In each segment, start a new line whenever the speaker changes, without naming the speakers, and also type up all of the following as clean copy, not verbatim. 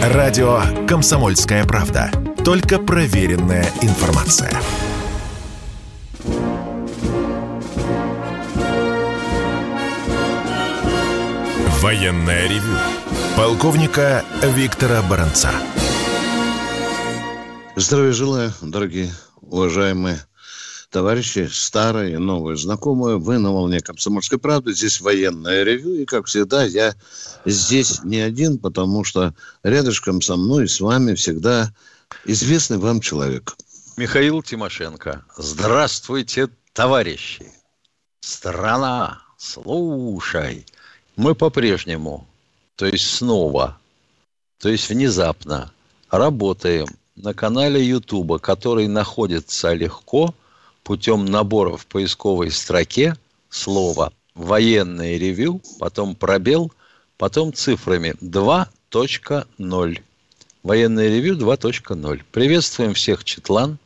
Радио «Комсомольская правда». Только проверенная информация. Военное ревю полковника Виктора Баранца.
Здравия желаю, дорогие, уважаемые товарищи, старые, новые, знакомые. Вы на волне «Комсомольской правды». Здесь военное ревю. И, как всегда, я здесь не один, потому что рядышком со мной и с вами всегда известный вам человек.
Михаил Тимошенко. Здравствуйте, товарищи. Страна, слушай. Мы по-прежнему, то есть снова, то есть внезапно работаем на канале Ютуба, который находится легко путем набора в поисковой строке слова «военное ревю», потом пробел, потом цифрами 2.0. Военное ревю 2.0. Приветствуем всех, Четлан.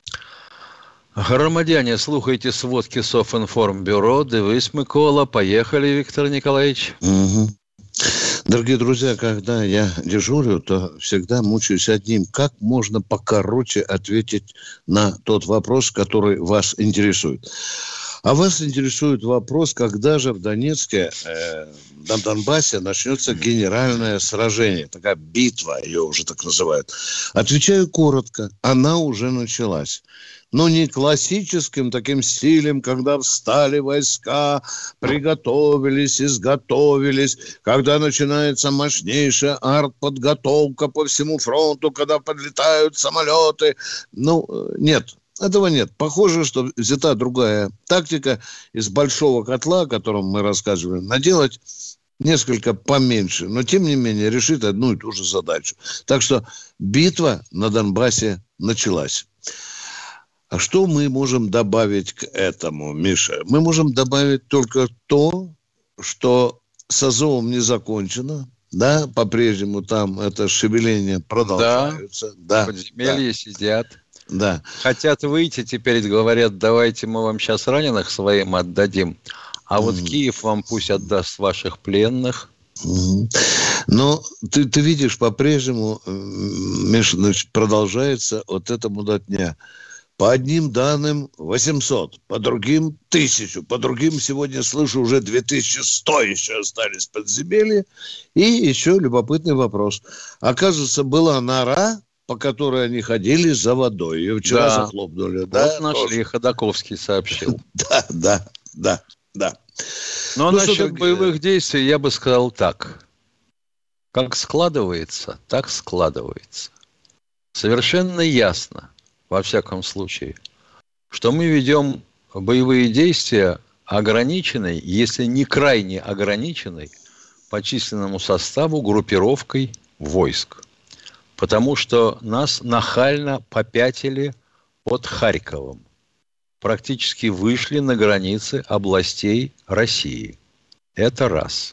Громадяне, слухайте сводки Софинформбюро. Дивись, Микола. Поехали, Виктор Николаевич.
Угу. Дорогие друзья, когда я дежурю, то всегда мучаюсь одним. Как можно покороче ответить на тот вопрос, который вас интересует? А вас интересует вопрос, когда же в Донецке, на Донбассе начнется генеральное сражение. Такая битва, ее уже так называют. Отвечаю коротко. Она уже началась. Но не классическим таким стилем, когда встали войска, приготовились, изготовились, когда начинается мощнейшая артподготовка по всему фронту, когда подлетают самолеты. Ну, нет. Этого нет. Похоже, что взята другая тактика из большого котла, о котором мы рассказывали, наделать несколько поменьше, но тем не менее решит одну и ту же задачу. Так что битва на Донбассе началась. А что мы можем добавить к этому, Миша? Мы можем добавить только то, что с Азовом не закончено. Да, по-прежнему там это шевеление продолжается. Да,
подземелья сидят.
Да.
Хотят выйти, теперь говорят, давайте мы вам сейчас раненых своим отдадим, а вот Киев вам пусть отдаст ваших пленных.
Но ты видишь, по-прежнему, Миша, продолжается вот эта мудотня. По одним данным 800, по другим 1000, по другим сегодня слышу уже 2100 еще остались подземелья. И еще любопытный вопрос. Оказывается, была нора, по которой они ходили за водой. Ее вчера захлопнули.
Вот
да,
нашли,
тоже.
Ходаковский сообщил.
Да.
Но насчет боевых действий я бы сказал так. Как складывается, так складывается. Совершенно ясно, во всяком случае, что мы ведем боевые действия ограниченной, если не крайне ограниченной, по численному составу группировкой войск. Потому что нас нахально попятили под Харьковом. Практически вышли на границы областей России. Это раз.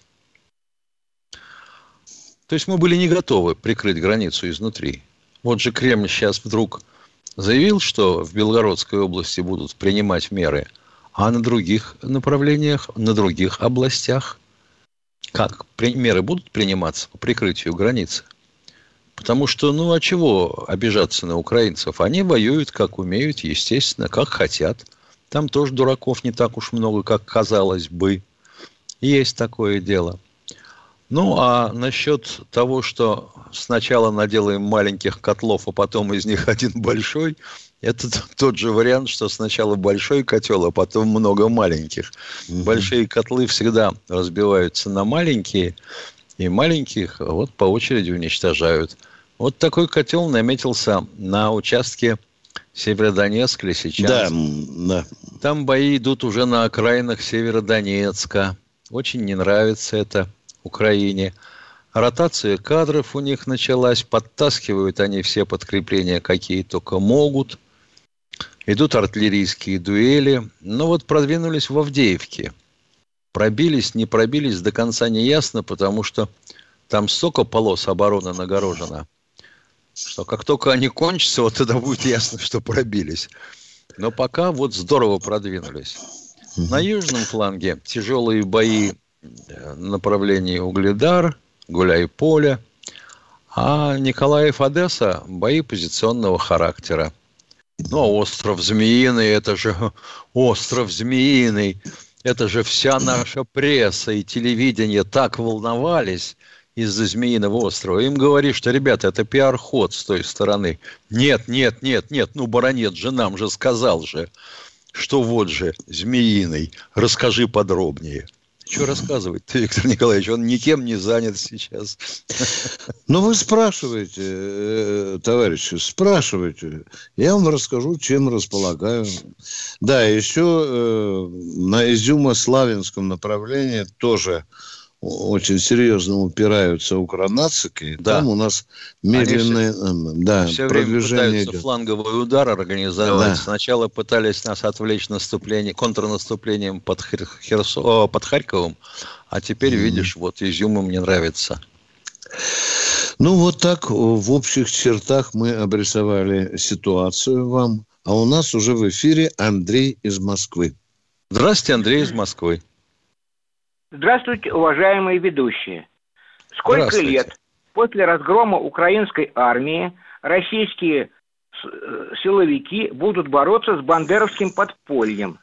То есть мы были не готовы прикрыть границу изнутри. Вот же Кремль сейчас вдруг заявил, что в Белгородской области будут принимать меры, а на других направлениях, на других областях как? Меры будут приниматься по прикрытию границы? Потому что, а чего обижаться на украинцев? Они воюют, как умеют, естественно, как хотят. Там тоже дураков не так уж много, как казалось бы. Есть такое дело. А насчет того, что сначала наделаем маленьких котлов, а потом из них один большой, это тот же вариант, что сначала большой котел, а потом много маленьких. Большие котлы всегда разбиваются на маленькие, и маленьких по очереди уничтожают. Вот такой котел наметился на участке Северодонецк-Лисичанск.
Да.
Там бои идут уже на окраинах Северодонецка. Очень не нравится это Украине. Ротация кадров у них началась. Подтаскивают они все подкрепления, какие только могут. Идут артиллерийские дуэли. Продвинулись в Авдеевке. Пробились, не пробились, до конца не ясно, потому что там столько полос обороны нагорожено, что как только они кончатся, тогда будет ясно, что пробились. Но пока здорово продвинулись. На южном фланге тяжелые бои в направлении Угледар, Гуляй-Поле. А Николаев-Одесса – бои позиционного характера. Ну, а остров Змеиный – это же остров Змеиный. Это же вся наша пресса и телевидение так волновались из-за Змеиного острова. Им говоришь, что, ребята, это пиар-ход с той стороны. Нет, ну, баронет же нам же сказал же, что вот же Змеиный. Расскажи подробнее. Что рассказывать-то, Виктор Николаевич? Он никем не занят сейчас.
Ну, вы спрашиваете, товарищи, спрашивайте. Я вам расскажу, чем располагаю. Да, еще на Изюмо-Славянском направлении тоже очень серьезно упираются укронацики. Да. Там у нас медленное
все
продвижение
время пытаются
идет.
Фланговый удар организовать.
Да.
Сначала пытались нас отвлечь контрнаступлением под Харьковом, а теперь, видишь, вот Изюм мне нравится.
Ну, вот так в общих чертах мы обрисовали ситуацию вам. А у нас уже в эфире Андрей из Москвы.
Здравствуйте, Андрей из Москвы.
Здравствуйте, уважаемые ведущие. Сколько лет после разгрома украинской армии российские силовики будут бороться с бандеровским подпольем?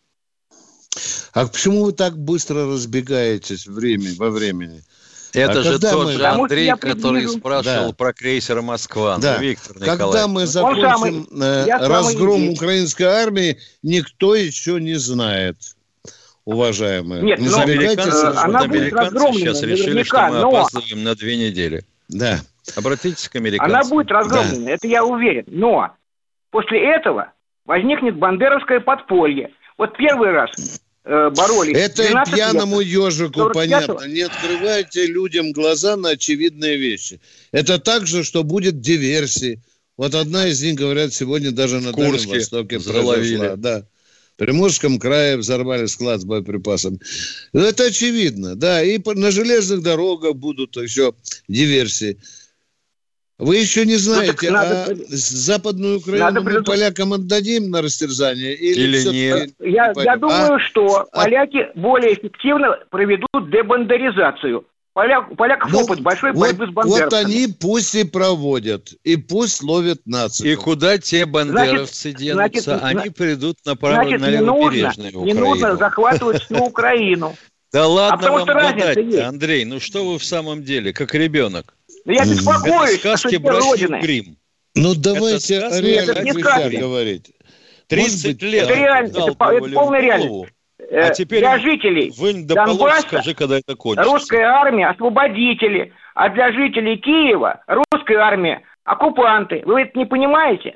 А почему вы так быстро разбегаетесь во времени?
Это же тот же Андрей, который спрашивал про крейсер «Москва».
Да.
Ну, Виктор Николаевич.
Когда мы закончим разгром украинской армии, никто еще не знает. Уважаемые.
Нет,
американцы сейчас решили, что мы опаздываем на 2 недели.
Да.
Обратитесь к американцам.
Она будет разгромлена, это я уверен. Но после этого возникнет бандеровское подполье. Вот первый раз боролись.
Это пьяному ежику понятно. Не открывайте людям глаза на очевидные вещи. Это так же, что будет диверсия. Вот одна из них, говорят, сегодня даже на Дальнем Востоке произошла. Да. В Приморском крае взорвали склад с боеприпасами. Это очевидно, да. И на железных дорогах будут еще диверсии. Вы еще не знаете, Западную Украину мы полякам отдадим на растерзание? Или
нет? Я думаю, что поляки более эффективно проведут дебандеризацию. Поляков опыт большой борьбы с бандеровцами.
Вот они пусть и проводят, и пусть ловят нациков.
И куда те бандеровцы денутся? Они придут на левобережную Украину.
Не нужно захватывать всю Украину.
Да ладно вам гадать-то, Андрей, ну что вы в самом деле, как ребенок?
Я беспокоюсь,
это сказки братьев Гримм.
Ну давайте о реальных вещах говорить.
30 лет.
Это реальность, это полная реальность.
А теперь
для жителей Донбасса
скажи, когда это кончится.
Русская армия освободители, а для жителей Киева русская армия оккупанты. Вы это не понимаете?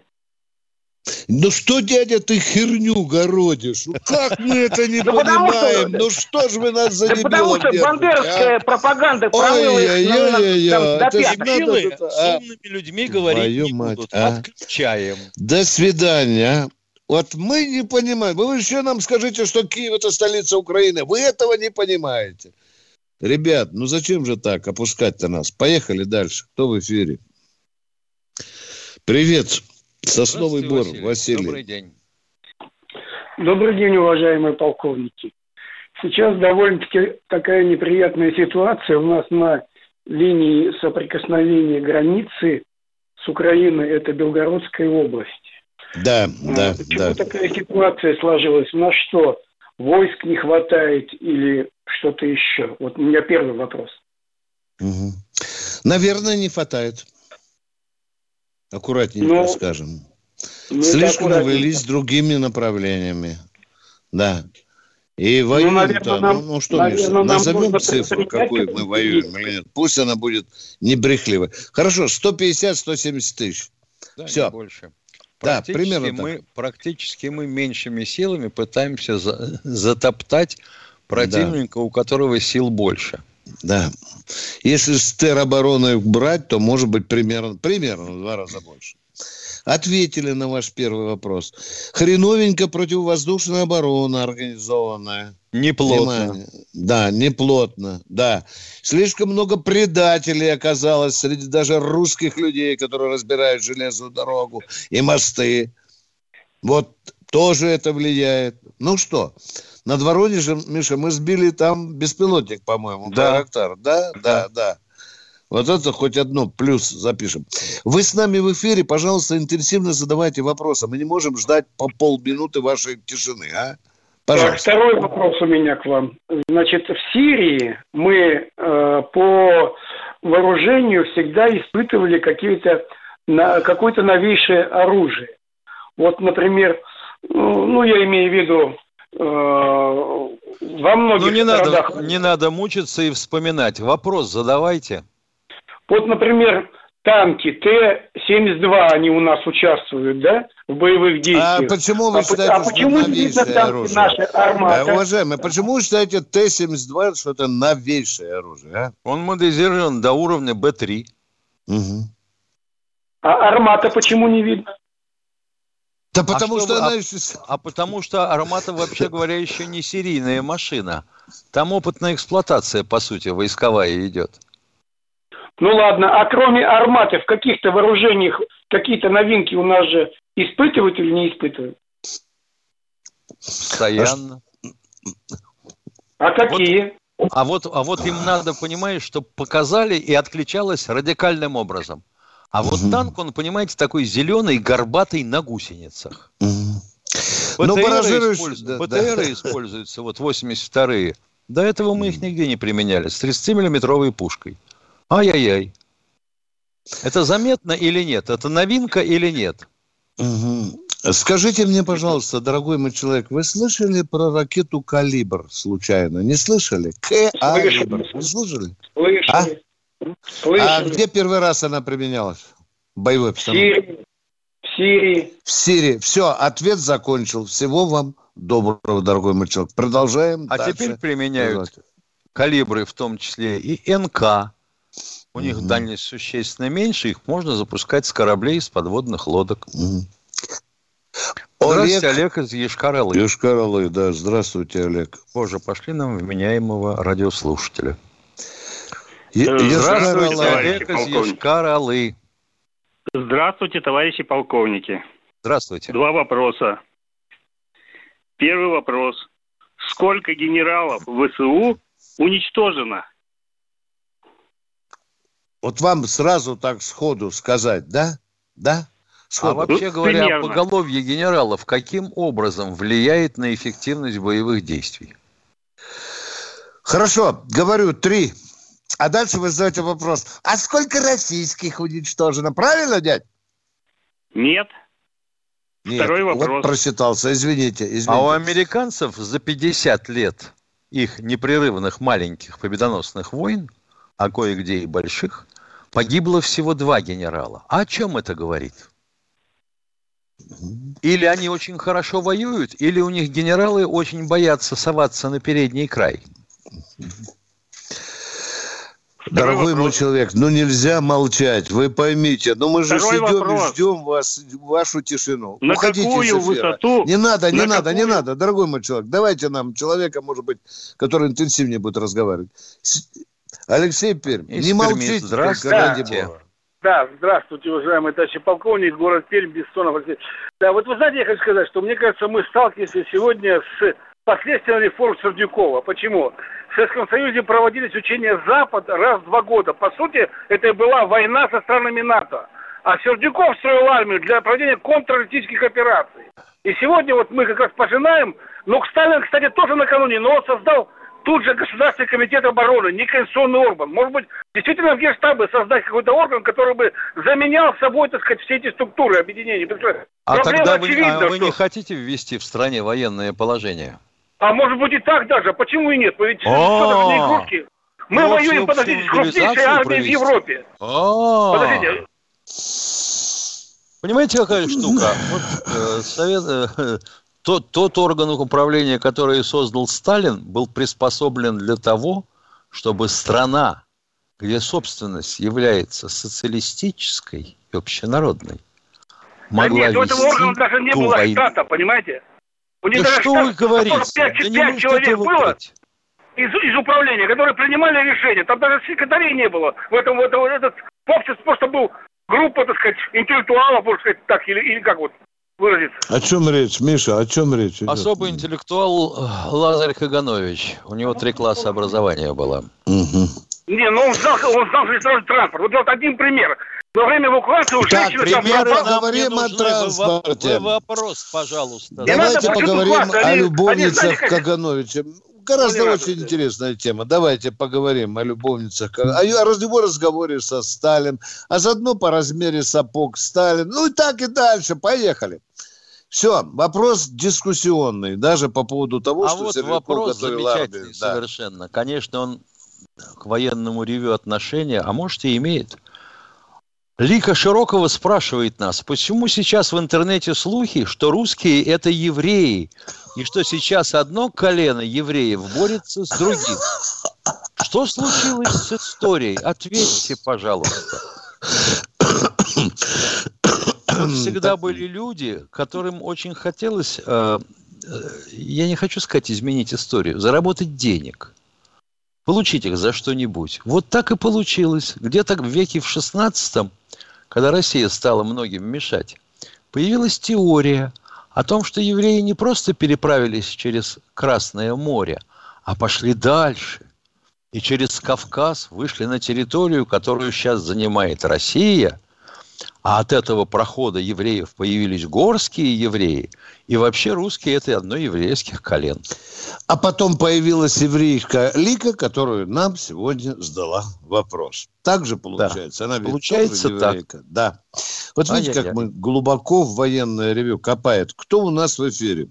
Ну что, дядя, ты херню городишь? Ну как мы это не понимаем? Ну что ж вы нас за дебилов
потому что бандеровская пропаганда промыла их до пяток.
С умными людьми говорить не будут. Отключаем.
До свидания. Вот мы не понимаем. Вы еще нам скажите, что Киев – это столица Украины. Вы этого не понимаете. Ребят, ну зачем же так опускать-то нас? Поехали дальше. Кто в эфире? Привет. Сосновый Бор, Василий.
Добрый день.
Добрый день, уважаемые полковники. Сейчас довольно-таки такая неприятная ситуация. У нас на линии соприкосновения границы с Украиной – это Белгородская область.
Да.
Почему такая ситуация сложилась? У нас что, войск не хватает или что-то еще? Вот у меня первый вопрос.
Угу. Наверное, не хватает. Аккуратненько скажем. Слишком увелись другими направлениями. Да. И воюем-то, назовем цифру, какую мы воюем или нет. Пусть она будет не брехливой. Хорошо, 150-170 тысяч.
Да,
все.
Не больше.
Практически
мы меньшими силами пытаемся затоптать противника, у которого сил больше.
Да. Если с теробороной брать, то может быть примерно в 2 раза больше. Ответили на ваш первый вопрос. Хреновенько противовоздушная оборона организованная.
Неплотно.
Да, неплотно. Да. Слишком много предателей оказалось среди даже русских людей, которые разбирают железную дорогу и мосты. Вот тоже это влияет. Ну что, над Воронежем, Миша, мы сбили там беспилотник, по-моему.
Да.
Байрактар. Да. Вот это хоть одно плюс запишем. Вы с нами в эфире, пожалуйста, интенсивно задавайте вопросы. Мы не можем ждать по полминуты вашей тишины, а? Пожалуйста.
Так, второй вопрос у меня к вам. Значит, в Сирии мы по вооружению всегда испытывали какое-то новейшее оружие. Вот, например, я имею в виду во многих городах...
Не надо мучиться и вспоминать. Вопрос задавайте.
Вот, например, танки Т-72, они у нас участвуют, да, в боевых действиях.
А почему вы считаете, что это новейшее оружие? Наши арматы? Уважаемые, почему вы считаете Т-72, что это новейшее оружие? А?
Он модернизирован до уровня Б-3.
Угу. А армата почему не видно?
Да потому
потому что армата, вообще говоря, еще не серийная машина. Там опытная эксплуатация, по сути, войсковая идет.
Ну ладно, а кроме арматы в каких-то вооружениях какие-то новинки у нас же испытывают или не испытывают?
Постоянно.
А какие?
А вот им надо, понимаешь, чтобы показали и отличалось радикальным образом. А вот танк, он, понимаете, такой зеленый, горбатый на гусеницах. БТРы используются, вот 82-е. До этого мы их нигде не применяли. С 30-миллиметровой пушкой. Ай-яй-яй. Это заметно или нет? Это новинка или нет?
Скажите мне, пожалуйста, дорогой мой человек, вы слышали про ракету «Калибр» случайно? Не слышали? «Калибр». Не слышали?
Слышали.
А где первый раз она применялась? Боевой обстановке?
В Сирии.
В Сирии. Все, ответ закончил. Всего вам доброго, дорогой мой человек. Продолжаем.
А теперь применяют калибры, в том числе и НК. У них дальность существенно меньше, их можно запускать с кораблей, с подводных лодок. Здравствуйте, Олег из Йошкар-Олы.
Йошкар-Олы, да. Здравствуйте, Олег.
Боже, пошли нам вменяемого радиослушателя.
Здравствуйте,
Олег из Йошкар-Олы.
Здравствуйте, товарищи полковники.
Здравствуйте.
2 вопроса. Первый вопрос. Сколько генералов ВСУ уничтожено?
Вот вам сразу так сходу сказать, да? Да?
А вообще говоря, поголовье генералов каким образом влияет на эффективность боевых действий?
Хорошо, говорю 3. А дальше вы задаете вопрос. А сколько российских уничтожено? Правильно, дядь?
Нет. Второй вопрос.
Вот просчитался, извините.
А у американцев за 50 лет их непрерывных маленьких победоносных войн, а кое-где и больших, погибло всего 2 генерала. А о чем это говорит? Или они очень хорошо воюют, или у них генералы очень боятся соваться на передний край.
Дорогой мой человек, нельзя молчать, вы поймите. Мы же сидим и ждем вашу тишину.
На какую высоту?
Не надо, дорогой мой человек. Давайте нам человека, может быть, который интенсивнее будет разговаривать. Алексей Пермь, не молчите.
Здравствуйте.
Да, здравствуйте, уважаемый товарищ полковник, город Пермь, Бессонов. Да, вот вы знаете, я хочу сказать, что мне кажется, мы сталкиваемся сегодня с последствиями реформ Сердюкова. Почему? В Советском Союзе проводились учения «Запад» раз в 2 года. По сути, это была война со странами НАТО. А Сердюков строил армию для проведения контртеррористических операций. И сегодня вот мы как раз пожинаем, Сталин, кстати, тоже накануне, но он создал тут же Государственный комитет обороны, не конституционный орган. Может быть, действительно в Генштабе создать какой-то орган, который бы заменял собой, так сказать, все эти структуры объединений.
А тогда вы не хотите ввести в стране военное положение?
А может быть и так даже. Почему и нет? Ведь что не игрушки. Мы воюем, подождите, с крупнейшей армией в Европе. Подождите.
Понимаете, какая штука? Тот орган управления, который создал Сталин, был приспособлен для того, чтобы страна, где собственность является социалистической и общенародной, могла вести
у этого органа даже не было штата, понимаете?
Да что вы говорите?
5 человек было из управления, которые принимали решения. Там даже секретарей не было. Этот общество просто был группа, так сказать, интеллектуалов, можно сказать, так, или как вот выразиться.
О чем речь, Миша? О чем речь?
Особый интеллектуал Лазарь Каганович. У него 3 класса образования было.
Ну Не, ну он знал железнодорожный транспорт. Вот один пример. Во время эвакуации у женщины...
Примеры нам
поговорим
не
о
нужны.
транспорте.
Вы вопрос, пожалуйста.
Давайте поговорим о любовницах
как...
Кагановича. Гораздо очень интересная тема. Давайте поговорим о любовницах, о его разговоре со Сталиным, а заодно по размере сапог Сталин. Ну и так и дальше. Поехали. Все, вопрос дискуссионный, даже по поводу того, что...
А вот
Сервяков
вопрос
готовил
замечательный
армию.
совершенно. Да. Конечно, он к военному ревью отношения, а может и имеет. Лика Широкова спрашивает нас, почему сейчас в интернете слухи, что русские – это евреи, и что сейчас одно колено евреев борется с другим. Что случилось с историей? Ответьте, пожалуйста. Всегда были люди, которым очень хотелось, я не хочу сказать изменить историю, заработать денег, получить их за что-нибудь. Вот так и получилось. Где-то в веке в 16-м, когда Россия стала многим мешать, появилась теория о том, что евреи не просто переправились через Красное море, а пошли дальше. И через Кавказ вышли на территорию, которую сейчас занимает Россия. А от этого прохода евреев появились горские евреи. И вообще русские – это одно еврейских колен.
А потом появилась еврейка Лика, которую нам сегодня задала вопрос. Так же получается? Да. Она
получается
еврейка. Да. Вот видите, как мы глубоко в военное ревью копает. Кто у нас в эфире?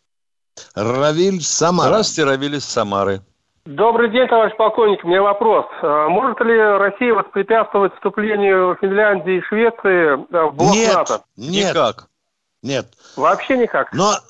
Равиль Самара.
Здравствуйте, Равиль из Самары.
Добрый день, товарищ полковник. У меня вопрос. Может ли Россия воспрепятствовать вступлению Финляндии и Швеции в блок НАТО?
Нет.
Никак.
Нет.
Вообще никак?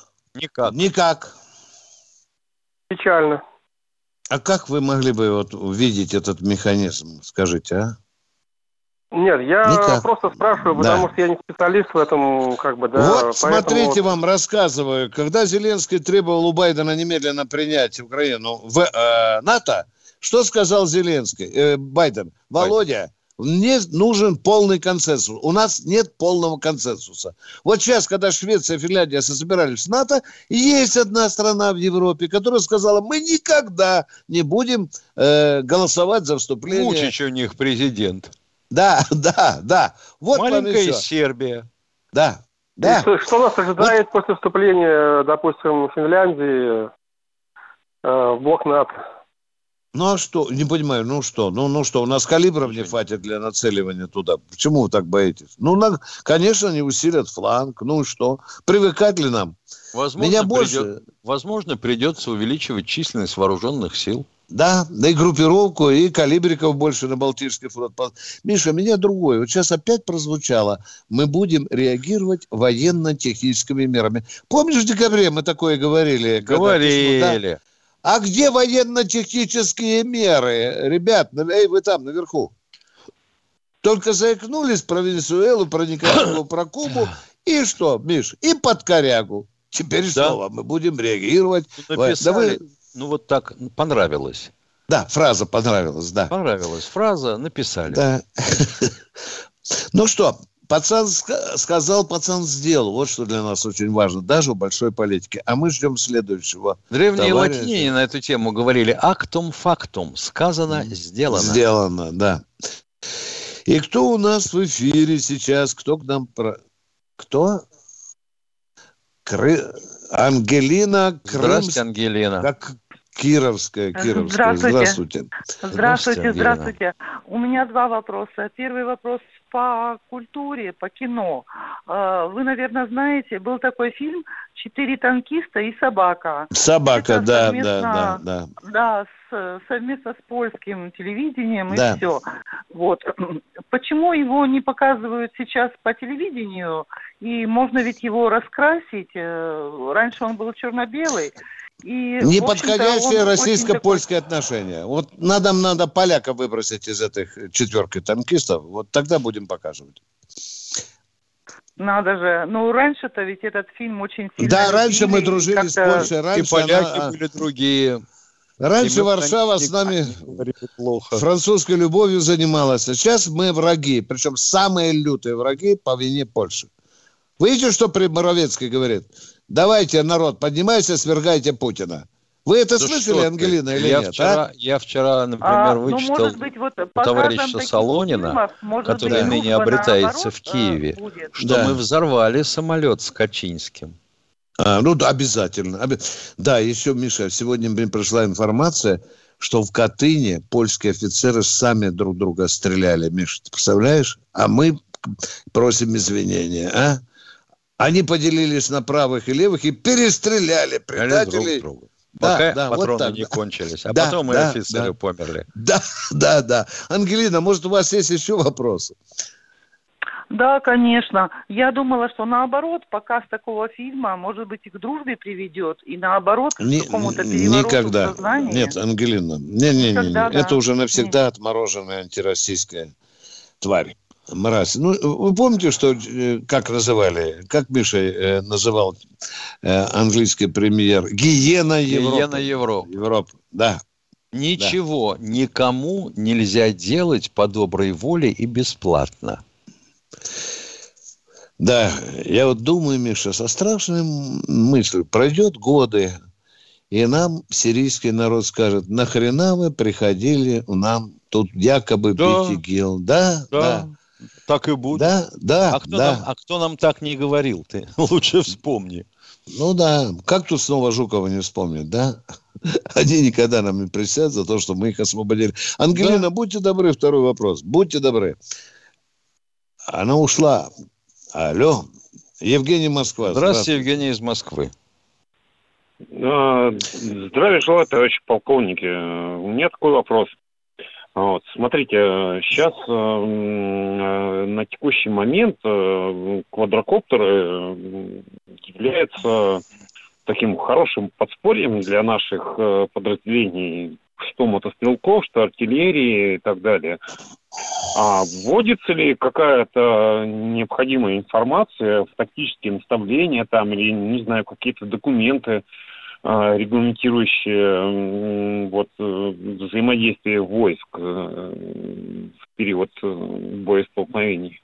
Никак.
Печально.
А как вы могли бы вот увидеть этот механизм, скажите, а?
Нет, я
никак.
Просто спрашиваю, потому что я не специалист в этом,
Вот поэтому... смотрите, вам рассказываю. Когда Зеленский требовал у Байдена немедленно принять Украину в НАТО, что сказал Зеленский? Байден. Володя, мне нужен полный консенсус. У нас нет полного консенсуса. Вот сейчас, когда Швеция и Финляндия собирались в НАТО, есть одна страна в Европе, которая сказала, мы никогда не будем голосовать за вступление.
Вучич у них президент.
Да. Вот
маленькая Сербия.
Да.
Что нас ожидает после вступления, допустим, Финляндии в блок НАТО?
Ну а что? Не понимаю, ну что, у нас калибров не хватит для нацеливания туда. Почему вы так боитесь? Конечно, они усилят фланг. Ну и что? Привыкать ли нам?
Возможно, придется увеличивать численность вооруженных сил.
Да и группировку, и калибриков больше на Балтийский флот. Миша, меня другое. Вот сейчас опять прозвучало. Мы будем реагировать военно-техническими мерами. Помнишь, в декабре мы такое говорили?
Говорили.
А где военно-технические меры? Ребят, вы там, наверху. Только заикнулись про Венесуэлу, про Никарагуа, про Кубу. И что, Миш? И под корягу. Теперь снова мы будем реагировать.
Написали... вот так понравилось.
Да, фраза понравилась, да.
Понравилась фраза, написали.
Да. Ну что, пацан сказал, пацан сделал. Вот что для нас очень важно, даже в большой политике. А мы ждем следующего.
Древние латиняне на эту тему говорили «actum factum» – сказано, сделано.
Сделано, да. И кто у нас в эфире сейчас? Кто к нам... Кто? Ангелина Крымская.
Здравствуйте, Ангелина.
Как Кировская. Здравствуйте.
Здравствуйте. У меня два вопроса. Первый вопрос по культуре, по кино. Вы, наверное, знаете, был такой фильм «4 танкиста и собака».
Собака, да.
Да, совместно с польским телевидением и все. Вот. Почему его не показывают сейчас по телевидению? И можно ведь его раскрасить. Раньше он был черно-белый. И,
неподходящее российско-польское отношение. Вот надо поляка выбросить из этих 4 танкистов. Вот тогда будем показывать.
Надо же. Ну, раньше-то ведь этот фильм очень сильно...
Да, раньше мы дружили с Польшей. Раньше
и поляки были другие.
Раньше Варшава с нами французской любовью занималась. А сейчас мы враги. Причем самые лютые враги по вине Польши. Видите, что Моровецкий говорит? Давайте, народ, поднимайся, свергайте Путина. Вы это слышали, Ангелина, или нет?
Я вчера, например, вычитал у товарища Солонина, который ныне обретается в Киеве, что мы взорвали самолет с Качинским.
Обязательно. Да, еще, Миша, сегодня мне пришла информация, что в Катыни польские офицеры сами друг друга стреляли. Миша, ты представляешь? А мы просим извинения, а? Они поделились на правых и левых и перестреляли предателей.
Друг друга. Пока патроны не кончились. А потом и офицеры померли.
Да. Ангелина, может, у вас есть еще вопросы?
Да, конечно. Я думала, что наоборот, показ такого фильма, может быть, и к дружбе приведет, и наоборот, к какому-то перевороту в сознании.
Нет, Ангелина, не. Это уже навсегда отмороженная антироссийская тварь. Мразь. Вы помните, что, как Миша называл английский премьер? Гиена Европы.
Гиена
Европы. Да.
Ничего никому нельзя делать по доброй воле и бесплатно.
Да, я вот думаю, Миша, со страшной мыслью, пройдет годы, и нам сирийский народ скажет, нахрена вы приходили нам тут якобы пить ИГИЛ? Да.
Так и будет.
Да.
А кто нам так не говорил? Ты лучше вспомни.
Как тут снова Жукова не вспомнить, да? Они никогда нам не присядут за то, что мы их освободили. Ангелина, будьте добры, второй вопрос. Будьте добры. Она ушла. Алло. Евгений, Москва.
Здравствуйте, Евгений из Москвы.
Здравия желаю, товарищи полковники. У меня такой вопрос. Смотрите, сейчас на текущий момент квадрокоптеры являются таким хорошим подспорьем для наших подразделений, что мотострелков, что артиллерии и так далее. А вводится ли какая-то необходимая информация в тактические наставления там, или, не знаю, какие-то документы, регламентирующие взаимодействие войск в период боестолкновений?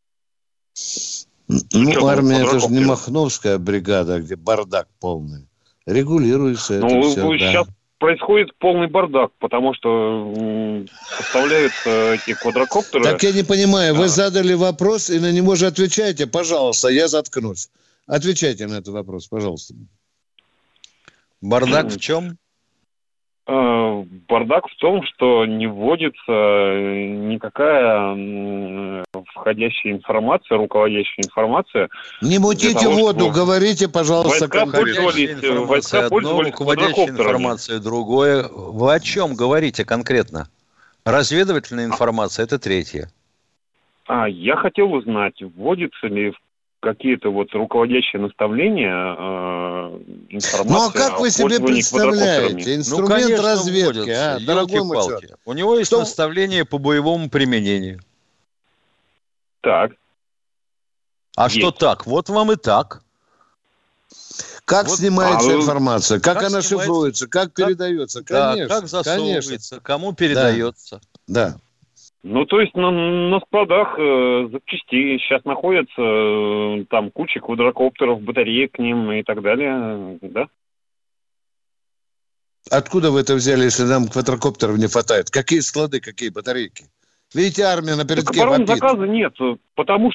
Армия, это же не Махновская бригада, где бардак полный. Регулируется это все.
Сейчас происходит полный бардак, потому что поставляются эти квадрокоптеры.
Так я не понимаю, вы задали вопрос и на него же отвечайте, пожалуйста, я заткнусь. Отвечайте на этот вопрос, пожалуйста.
Бардак в чем?
Бардак в том, что не вводится никакая входящая информация, руководящая информация.
Не мутите воду, говорите, пожалуйста.
Войска пользовались
руководящая информация другое. Вы о чем говорите конкретно? Разведывательная информация – это третье.
Я хотел узнать, вводится ли какие-то руководящие наставления, информация.
Как вы себе представляете? Инструмент разведки,
дорогой мой человек. У него есть наставление по боевому применению.
Так.
Что так? Вот вам и так.
Как снимается информация, как она шифруется, как передается. Конечно.
Как засовывается, кому передается.
Да.
То есть на складах запчастей сейчас находятся там куча квадрокоптеров, батареек к ним и так далее, да?
Откуда вы это взяли, если нам квадрокоптеров не хватает? Какие склады, какие батарейки? Видите, армия на передке вопит.
Заказа нет, потому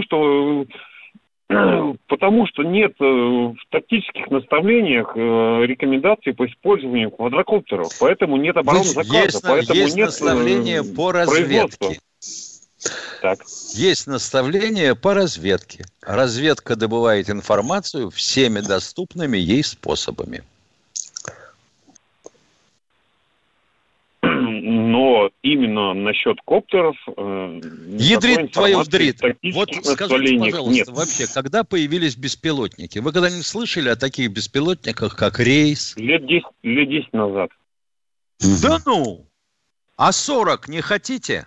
что нет в тактических наставлениях рекомендаций по использованию квадрокоптеров. Поэтому нет обороны заказа. Поэтому
есть
нет
наставление по разведке.
Так.
Есть наставление по разведке. Разведка добывает информацию всеми доступными ей способами.
Но именно насчет коптеров...
Ядрит твою вдрит. Вот скажите, пожалуйста, вообще, когда появились беспилотники? Вы когда-нибудь слышали о таких беспилотниках, как «Рейс»?
Лет 10 назад.
Да ну! А 40 не хотите?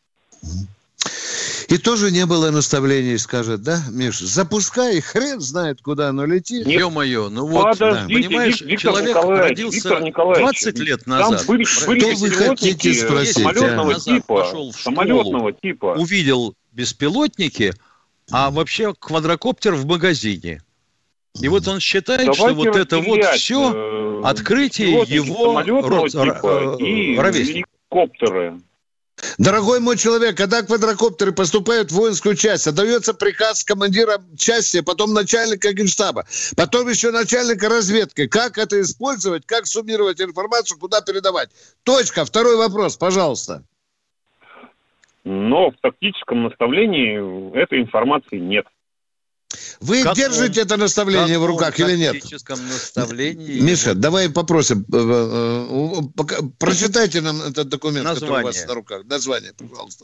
И тоже не было наставлений, скажет, да, Миш? Запускай, хрен знает, куда оно летит.
Ё-моё, понимаешь, человек родился 20 лет назад.
Там были
что вы хотите спросить?
Самолетного типа.
Увидел беспилотники, а вообще квадрокоптер в магазине. И вот он считает, что вот это вот все открытие его ровесника.
Геликоптеры.
Дорогой мой человек, когда квадрокоптеры поступают в воинскую часть, отдается приказ командира части, потом начальника генштаба, потом еще начальника разведки. Как это использовать, как суммировать информацию, куда передавать? Точка. Второй вопрос, пожалуйста.
Но в тактическом наставлении этой информации нет.
Вы держите это наставление в руках или нет?
Наставлении...
Миша, давай попросим. Прочитайте нам этот документ, который у вас на руках. Название, пожалуйста.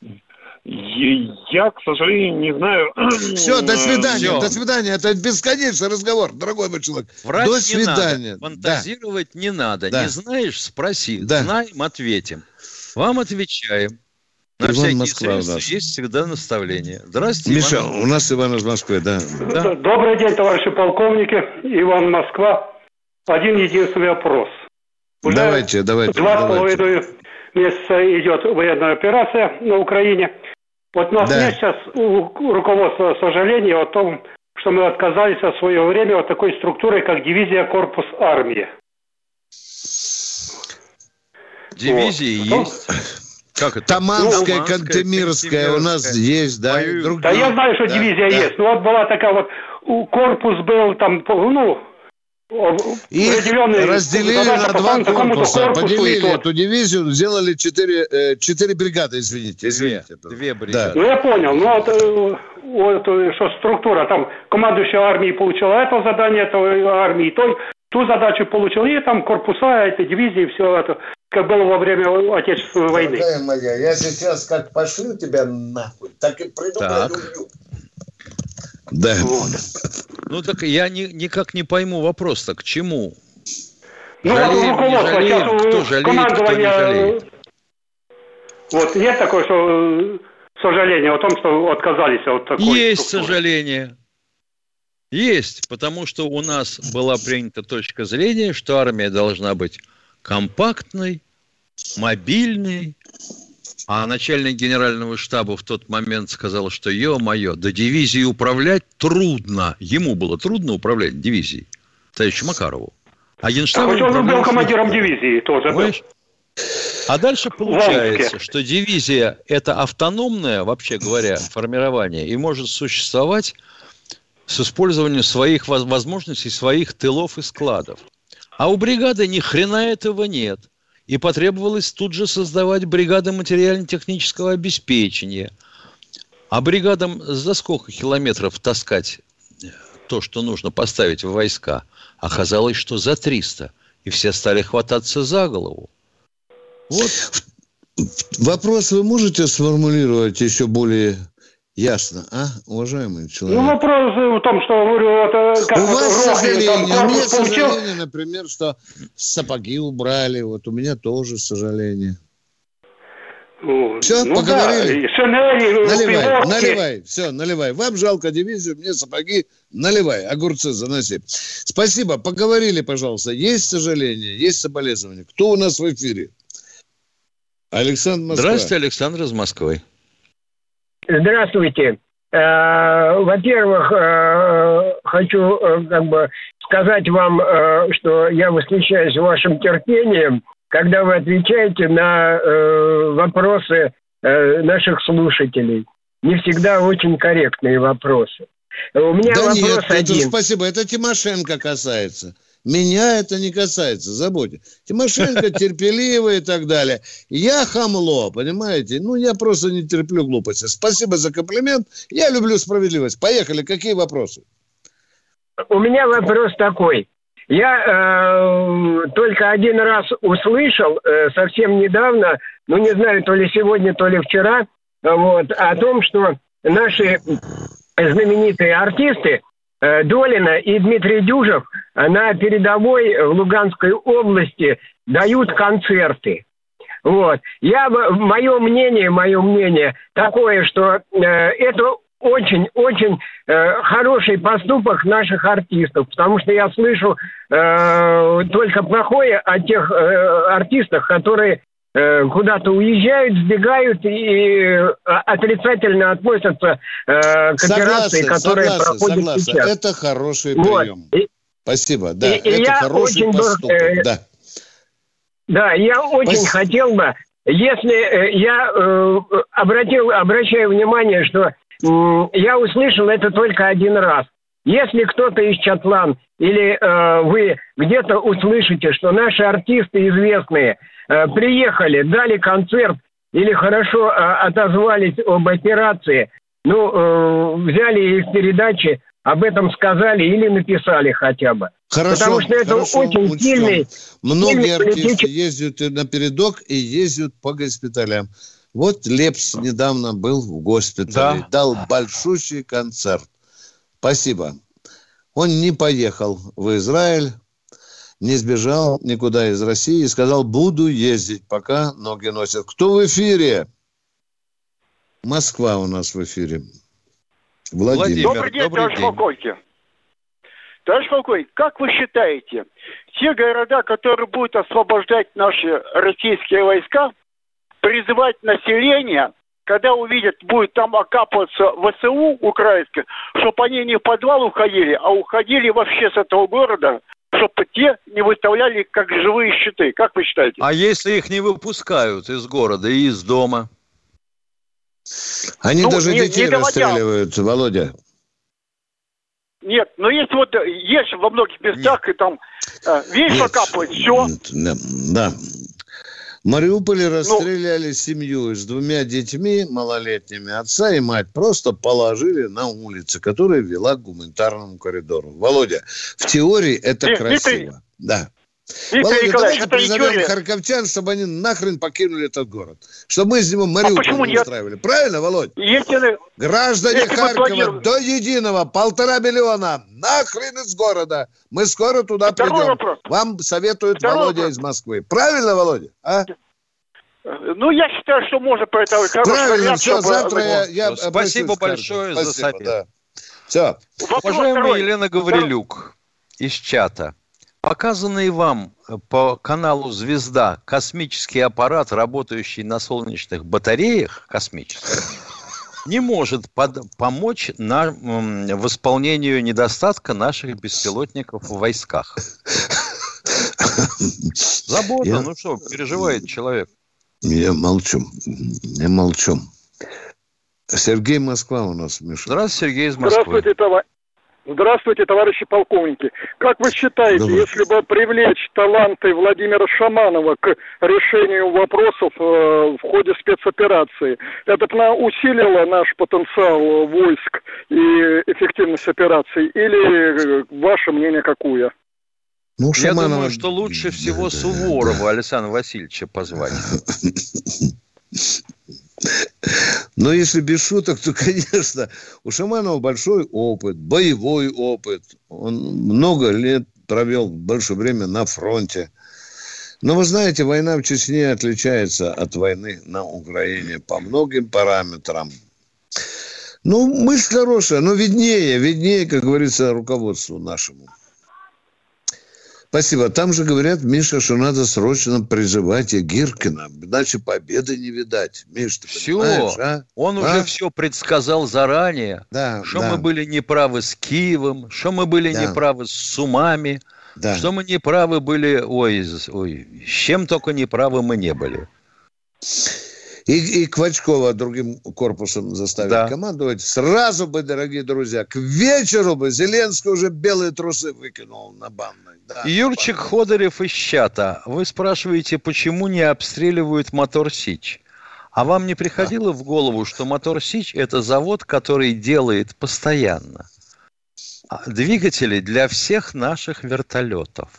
Я, к сожалению, не знаю.
Все, до свидания. Все. До свидания. Это бесконечный разговор, дорогой мой человек.
Врать
до свидания.
Не надо. Фантазировать не надо.
Да.
Не знаешь, спроси.
Да.
Знаем, ответим. Вам отвечаем. На
Иван
всякие
Москва
средства есть всегда наставление. Здравствуйте,
Миша,
Иван.
у нас Иван из Москвы, да.
Добрый день, товарищи полковники. Иван, Москва. Один единственный вопрос. Уже
давайте.
2,5 месяца идет военная операция на Украине. Вот у нас нет сейчас руководства сожаления о том, что мы отказались в свое время от такой структуры, как дивизия корпус армии.
Дивизии
вот.
есть. Как это?
Таманская, Кантемирская у нас есть, да.
Да, я знаю, что дивизия есть. Ну вот была такая вот, корпус был там,
их разделили на два корпуса, поделили эту дивизию, сделали 4 бригады, извините.
Две бригады.
Да. Ну, я понял. Ну, вот что структура, там, командующая армией получила это задание, этой армии, ту задачу получил, и там корпуса, этой дивизии, все это, как было во время Отечественной войны.
Дорогая моя, я сейчас как пошлю тебя нахуй, так и приду, люблю. Да.
Вот.
Ну так я никак не пойму вопрос-то, к чему?
Ну,
руководство сейчас кто жалеет, кто не жалеет.
Вот нет такого, что сожаления о том, что отказались от такой
Есть
структуры.
сожаление. Есть, потому что у нас была принята точка зрения, что армия должна быть компактной, мобильной, а начальник генерального штаба в тот момент сказал, что ё-моё, до дивизии управлять трудно. Ему было трудно управлять дивизией, товарищу Макарову. А Генштаб...
он был командиром дивизии тоже.
Понимаешь? А дальше получается, что дивизия – это автономное, вообще говоря, формирование и может существовать с использованием своих возможностей, своих тылов и складов. А у бригады ни хрена этого нет. И потребовалось тут же создавать бригады материально-технического обеспечения. А бригадам за сколько километров таскать то, что нужно поставить в войска? Оказалось, что за 300. И все стали хвататься за голову. Вот.
Вопрос вы можете сформулировать еще более ясно, уважаемый человек?
Ну, вопрос в том, что, говорю, это как...
У вас сожаление, у меня сожаление, например, что сапоги убрали, вот у меня тоже сожаление. Все, поговорили?
Да. Шинели,
наливай. Вам жалко дивизию, мне сапоги, наливай, огурцы заноси. Спасибо, поговорили, пожалуйста. Есть сожаление, есть соболезнования. Кто у нас в эфире? Александр Москва.
Здравствуйте, Александр из Москвы.
Здравствуйте. Во-первых, хочу сказать вам, что я восхищаюсь вашим терпением, когда вы отвечаете на вопросы наших слушателей. Не всегда очень корректные вопросы. У меня вопрос один.
Спасибо, это Тимошенко касается. Меня это не касается, забудьте. Тимошенко терпеливый и так далее. Я хамло, понимаете? Я просто не терплю глупости. Спасибо за комплимент. Я люблю справедливость. Поехали. Какие вопросы?
У меня вопрос такой. Я только один раз услышал совсем недавно, не знаю, то ли сегодня, то ли вчера, о том, что наши знаменитые артисты Долина и Дмитрий Дюжев на передовой в Луганской области дают концерты. Мое мнение такое, что это очень-очень хороший поступок наших артистов, потому что я слышу только плохое о тех артистах, которые куда-то уезжают, сбегают и отрицательно относятся к операции, которая проходит сейчас.
Это хороший прием. Спасибо, да, это хороший поступок, да.
Да, я очень хотел бы, если я обращаю внимание, что я услышал это только один раз. Если кто-то из чатлан или вы где-то услышите, что наши артисты известные приехали, дали концерт или хорошо отозвались об операции, взяли их передачи, об этом сказали или написали хотя бы.
Хорошо,
потому что это очень сильный...
Многие артисты ездят напередок и ездят по госпиталям. Вот Лепс недавно был в госпитале, дал большущий концерт. Спасибо. Он не поехал в Израиль, не сбежал никуда из России и сказал, буду ездить, пока ноги носят. Кто в эфире? Москва у нас в эфире. Владимир.
Добрый день, товарищ полковник. Товарищ полковник, как вы считаете, те города, которые будут освобождать наши российские войска, призывать население, когда увидят, будет там окапываться ВСУ украинское, чтобы они не в подвал уходили, а уходили вообще с этого города, чтобы те не выставляли как живые щиты. Как вы считаете?
А если их не выпускают из города и из дома?
Они даже детей расстреливают, Володя.
Нет, но есть во многих местах, и там вещь окапывают, все.
Да. В Мариуполе расстреляли семью с 2 детьми малолетними. Отца и мать просто положили на улице, которая вела к гуманитарному коридору. Володя, в теории это красиво. Да. Володя, давайте призовем харьковчан, чтобы они нахрен покинули этот город. Чтобы мы из него Мариуполь не устраивали. Правильно, Володь? Граждане Харькова до единого 1,5 миллиона нахрен из города. Мы скоро туда придем. Вам советует Володя из Москвы. Правильно, Володя? А?
Я считаю, что можно по этому...
Правильно, все, завтра я
спасибо большое за совет.
Да. Все.
Уважаемая Елена Гаврилюк из чата. Показанный вам по каналу «Звезда» космический аппарат, работающий на солнечных батареях космических, не может помочь в исполнении недостатка наших беспилотников в войсках. Забота, переживает человек.
Я молчу. Сергей, Москва у нас, Миша.
Здравствуйте, Сергей из Москвы.
Здравствуйте, товарищи полковники. Как вы считаете, если бы привлечь таланты Владимира Шаманова к решению вопросов в ходе спецоперации, это бы усилило наш потенциал войск и эффективность операций? Или ваше мнение какое?
Я думаю, что лучше всего Суворова Александра Васильевича позвать.
Но если без шуток, то, конечно, у Шаманова большой опыт, боевой опыт. Он много лет провел, больше время на фронте. Но вы знаете, война в Чечне отличается от войны на Украине по многим параметрам. Мысль хорошая, но виднее, как говорится, руководству нашему. Спасибо. Там же говорят, Миша, что надо срочно призывать и Гиркина, иначе победы не видать. Миш, ты понимаешь, а?
Он уже все предсказал заранее, что мы были неправы с Киевом, что мы были неправы с Сумами, что мы неправы были, с чем только неправы мы не были.
И Квачкова другим корпусом заставить командовать. Сразу бы, дорогие друзья, к вечеру бы Зеленский уже белые трусы выкинул на банной.
Юрчик Ходорев из чата. Вы спрашиваете, почему не обстреливают Мотор Сич? А вам не приходило в голову, что Мотор Сич – это завод, который делает постоянно двигатели для всех наших вертолетов?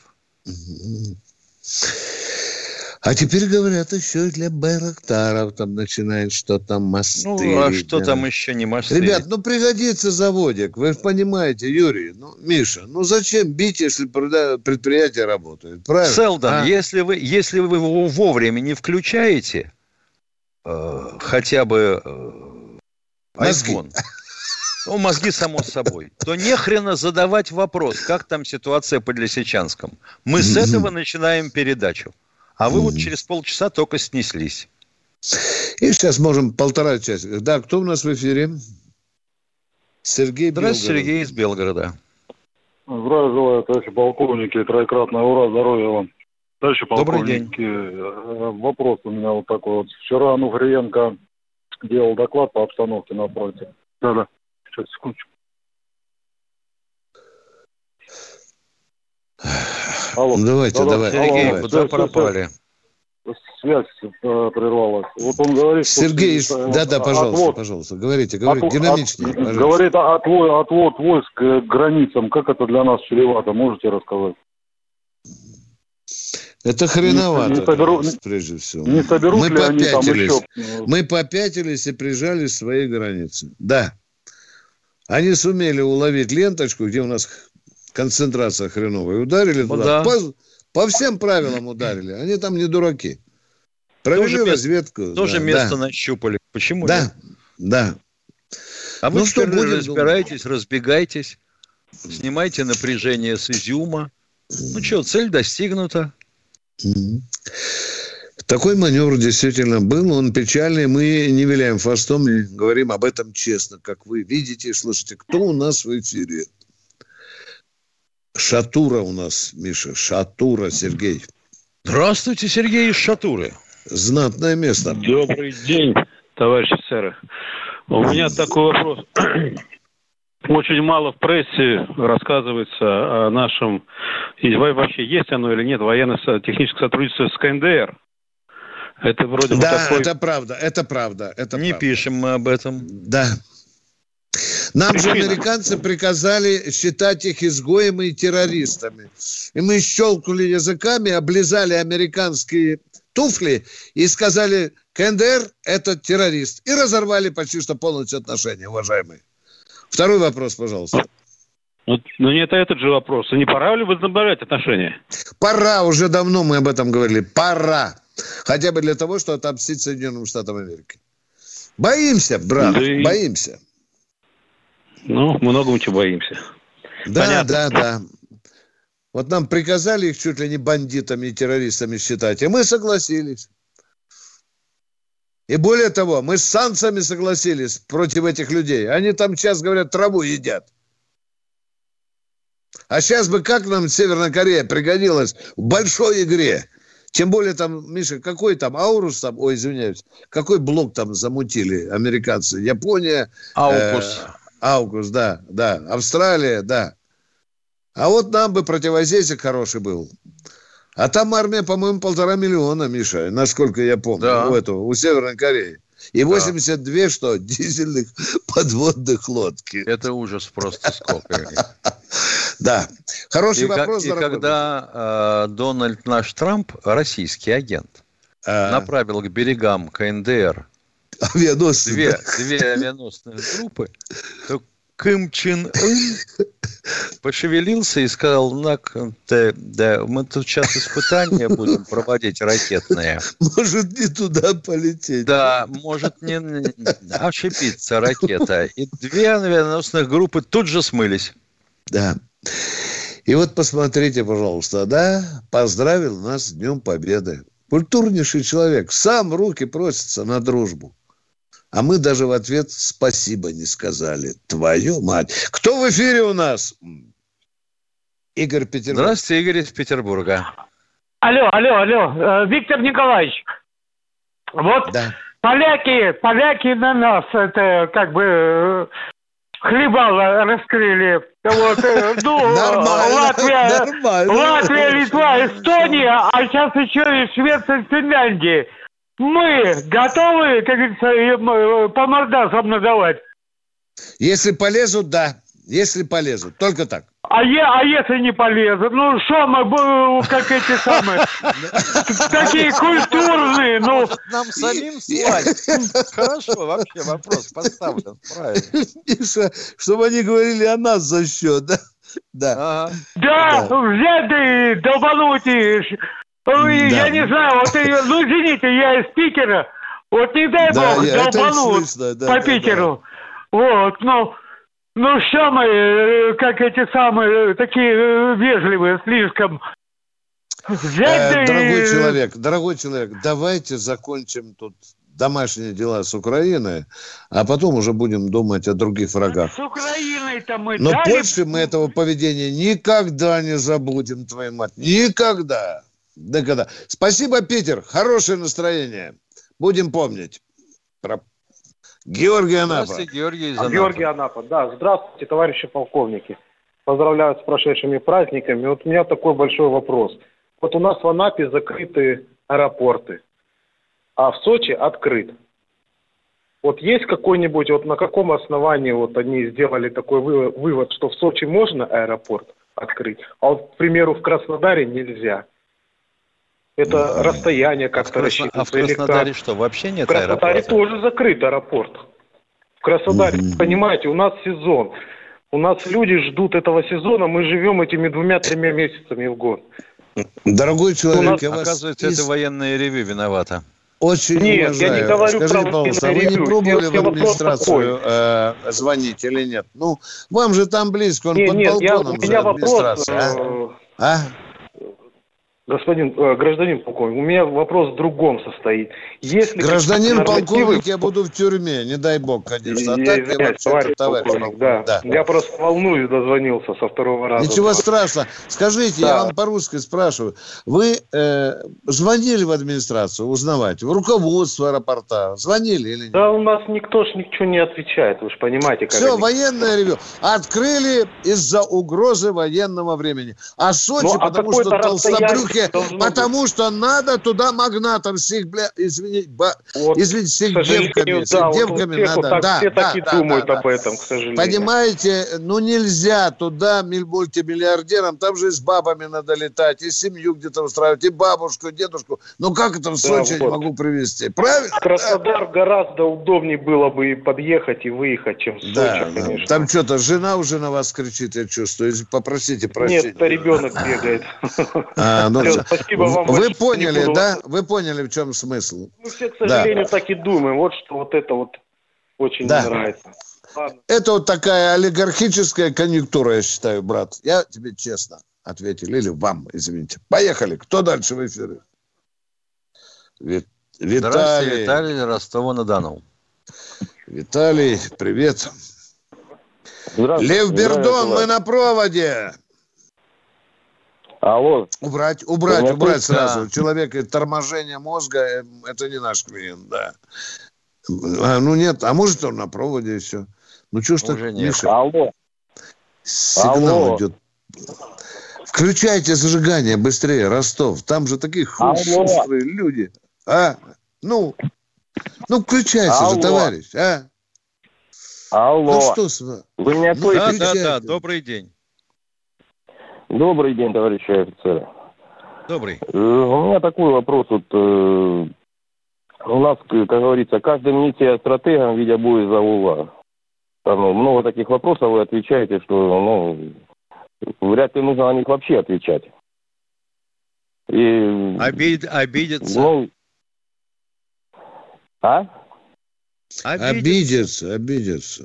А теперь говорят, еще и для байрактаров там начинают что-то мосты.
Что там еще не мосты?
Ребят, пригодится заводик. Вы же понимаете, Юрий, Миша, зачем бить, если предприятие работает? Правильно?
Селдон, если вы его вовремя не включаете, хотя бы iPhone, мозги само собой, то нехрена задавать вопрос, как там ситуация под Лисичанском. Мы с этого начинаем передачу. А вы вот через полчаса только снеслись.
И сейчас можем 1,5 часа. Да, кто у нас в эфире? Сергей Белгород.
Здравствуйте, Сергей из Белгорода.
Здравия желаю, товарищи полковники. Троекратное ура, здоровья вам. Товарищи полковники, вопрос у меня вот такой вот. Вчера Нуфриенко делал доклад по обстановке на фронте. Да-да, сейчас, секундочку. Алло.
Давайте.
Сергей,
алло.
куда пропали?
Связь прервалась. Вот он говорит...
Сергей, да, пожалуйста, говорите, динамичнее.
Говорит, отвод войск к границам, как это для нас чревато, можете рассказать?
Это хреновато, прежде всего.
Не соберут ли они там еще...
Мы попятились и прижали свои границы. Да. Они сумели уловить ленточку, где у нас концентрация хреновая. Ударили туда. По всем правилам ударили. Они там не дураки. Провели разведку.
Тоже место нащупали. Почему нет?
Да.
А вы теперь разбирайтесь, разбегайтесь. Снимайте напряжение с изюма. Ну что, цель достигнута.
Такой маневр действительно был. Он печальный. Мы не виляем хвостом и говорим об этом честно. Как вы видите и слышите. Кто у нас в эфире? Шатура у нас, Миша. Шатура, Сергей.
Здравствуйте, Сергей из Шатуры.
Знатное место.
Добрый день, товарищи офицеры. У меня такой вопрос. Очень мало в прессе рассказывается о нашем... Вообще есть оно или нет, военно-техническое сотрудничество с КНДР. Это вроде бы такой...
это правда.
Не пишем мы об этом.
Да. Нам же американцы приказали считать их изгоями и террористами. И мы щелкнули языками, облизали американские туфли и сказали, КНДР – это террорист. И разорвали почти что полностью отношения, уважаемые. Второй вопрос, пожалуйста.
Ну, нет, этот же вопрос. Не пора ли возобновлять отношения?
Пора, уже давно мы об этом говорили. Пора. Хотя бы для того, чтобы отомстить Соединенным Штатам Америки. Боимся, брат, боимся.
Ну, многому чего боимся.
Да. Вот нам приказали их чуть ли не бандитами и террористами считать, и мы согласились. И более того, мы с санкциями согласились против этих людей. Они там сейчас, говорят, траву едят. А сейчас бы как нам Северная Корея пригодилась в большой игре. Тем более там, Миша, какой там Аурус там, какой блок там замутили американцы? Япония. Аугус, да. Австралия, да. А вот нам бы противоздействие хороший был. А там армия, по-моему, 1,5 миллиона, Миша, насколько я помню, у Северной Кореи. И 82, дизельных подводных лодки.
Это ужас просто сколько.
Да. Хороший вопрос,
дорогой. И когда Дональд наш Трамп, российский агент, направил к берегам КНДР две авианосные группы, то Ким Чен Ын пошевелился и сказал, да, мы тут сейчас испытания будем проводить ракетные.
Может, не туда полететь.
Да, может не ошибиться ракета. И 2 авианосных группы тут же смылись.
Да. И вот посмотрите, пожалуйста, поздравил нас с Днем Победы. Культурнейший человек, сам руки просится на дружбу. А мы даже в ответ спасибо не сказали. Твою мать. Кто в эфире у нас? Игорь Петербург.
Здравствуйте, Игорь из Петербурга.
Алло. Виктор Николаевич. Вот поляки на нас это как бы хлебало раскрыли. Вот, Латвия, Литва, Эстония, а сейчас еще и Швеция, Финляндия. Мы готовы, как говорится, по мордасам надавать?
Если полезут, да. Если полезут. Только так.
А если не полезут? Ну, что мы, как эти самые, такие культурные, ну...
Нам самим слать. Хорошо, вообще вопрос поставлен. Правильно.
Миша, чтобы они говорили о нас за счет, да?
Да, взять и долбануть и... Я не знаю, извините, я из Питера, вот не дай бог долбану по Питеру. Вот, что мы, как эти самые, такие вежливые слишком.
Дорогой человек, давайте закончим тут домашние дела с Украиной, а потом уже будем думать о других врагах.
С Украиной-то мы
Но больше мы этого поведения никогда не забудем, твою мать. Никогда. Никогда. Спасибо, Питер. Хорошее настроение. Будем помнить. Георгий Анапа.
Здравствуйте, Георгий из Анапы.
Георгий Анапа, да. Здравствуйте, товарищи полковники. Поздравляю с прошедшими праздниками. Вот у меня такой большой вопрос. Вот у нас в Анапе закрыты аэропорты, а в Сочи открыт. Вот есть какой-нибудь, вот на каком основании вот они сделали такой вывод, что в Сочи можно аэропорт открыть, а вот, к примеру, в Краснодаре нельзя? Это расстояние как-то рассчитывается.
А в Краснодаре что, вообще нет аэропорта?
В Краснодаре тоже закрыт аэропорт. В Краснодаре, понимаете, у нас сезон. У нас люди ждут этого сезона, мы живем этими 2-3 месяцами в год.
Дорогой человек,
оказывается, это военное ревю виновато.
Очень
Нет,
уважаю.
я не говорю.
Скажите, пожалуйста, а вы не пробовали в администрацию звонить или нет? Ну, вам же там близко, он под балконом
у меня вопрос. Гражданин полковник, у меня вопрос в другом состоит. Если
гражданин полковник, я буду в тюрьме, не дай бог, конечно.
Я просто волнуюсь, дозвонился со второго раза.
Ничего страшного. Скажите, я вам по-русски спрашиваю. Вы звонили в администрацию узнавать, в руководство аэропорта? Звонили или нет?
Да у нас никто ж ничего не отвечает, вы же понимаете.
Все, военное ревю. Открыли из-за угрозы военного времени. А Сочи, потому что толстобрюхи, потому что надо туда магнатам всех, извините, всех девками надо.
Все так и думают об этом, к сожалению.
Понимаете, ну нельзя туда мультимиллиардерам, там же и с бабами надо летать, и семью где-то устраивать, и бабушку, и дедушку. Ну как это в Сочи не могу привезти? Правильно?
В Краснодар гораздо удобнее было бы и подъехать, и выехать, чем в Сочи, конечно.
Там что-то жена уже на вас кричит, я чувствую. Попросите прощения.
Нет, это ребенок бегает.
Спасибо вам. Вы поняли, да? Вы поняли, в чем смысл?
Мы все, к сожалению, так и думаем. Вот что вот это вот очень не нравится. Ладно.
Это вот такая олигархическая конъюнктура, я считаю, брат. Я тебе честно ответил. Или вам, извините. Поехали. Кто дальше в эфире? Виталий.
Здравствуйте, Виталий, Ростова-на-Дону.
Виталий, привет. Лев Бердон, мы на проводе.
Алло.
Убрать сразу. Человек и торможение мозга, это не наш клиент, да. Нет, а может он на проводе и все. Ну что ж так, Миша?
Алло.
Сигнал идет. Включайте зажигание быстрее, Ростов. Там же такие шустрые люди. Ну, включайся же, товарищ,
Алло.
Ну что с вами?
Вы меня слышите?
Да, добрый день.
Добрый день, товарищи офицеры.
Добрый.
У меня такой вопрос. У нас, как говорится, каждый мните стратегом, видя бой за ула. Там много таких вопросов, вы отвечаете, что вряд ли нужно на них вообще отвечать. И,
обидеться.
Обидеться.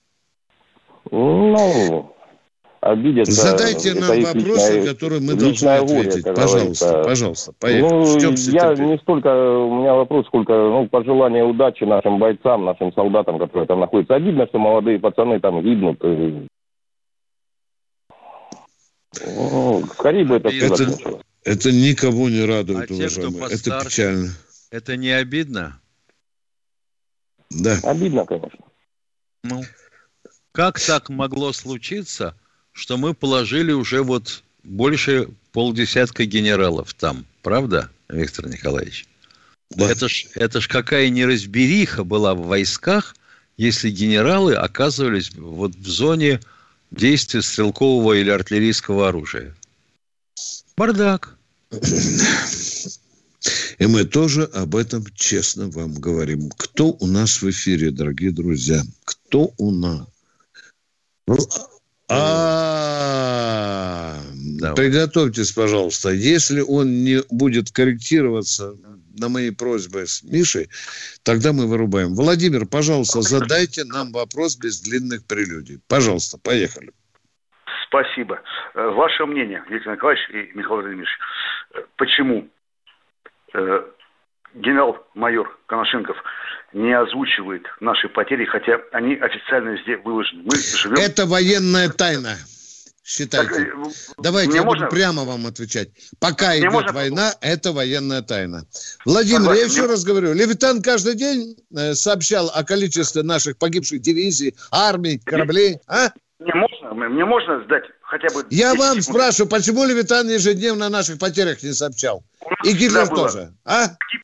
Обидеться.
Задайте нам вопросы, которые мы должны ответить. Пожалуйста. Поехали.
У меня вопрос, сколько пожелания удачи нашим бойцам, нашим солдатам, которые там находятся. Обидно, что молодые пацаны там гибнут. Скорее бы это все закончилось.
Это никого не радует, уважаемые. Это печально.
Это не обидно?
Да.
Обидно, конечно.
Как так могло случиться, что мы положили уже больше полдесятка генералов там, правда, Виктор Николаевич? Да. Это ж какая неразбериха была в войсках, если генералы оказывались в зоне действия стрелкового или артиллерийского оружия. Бардак.
И мы тоже об этом честно вам говорим. Кто у нас в эфире, дорогие друзья? Кто у нас? Приготовьтесь, пожалуйста. Если он не будет корректироваться на мои просьбы с Мишей, тогда мы вырубаем. Владимир, пожалуйста, задайте нам вопрос без длинных прелюдий. Пожалуйста, поехали.
Спасибо. Ваше мнение, Виктор Николаевич и Михаил Владимирович, почему генерал-майор Коношенков не озвучивает наши потери, хотя они официально везде выложены? Мы живем...
Это военная тайна. Считайте. Так, давайте я буду прямо вам отвечать. Пока идет война, это военная тайна. Владимир, я еще раз говорю, Левитан каждый день сообщал о количестве наших погибших дивизий, армий, кораблей. А?
Мне можно сдать хотя бы...
Я вам спрашиваю, почему Левитан ежедневно о наших потерях не сообщал? И Гитлер тоже. А?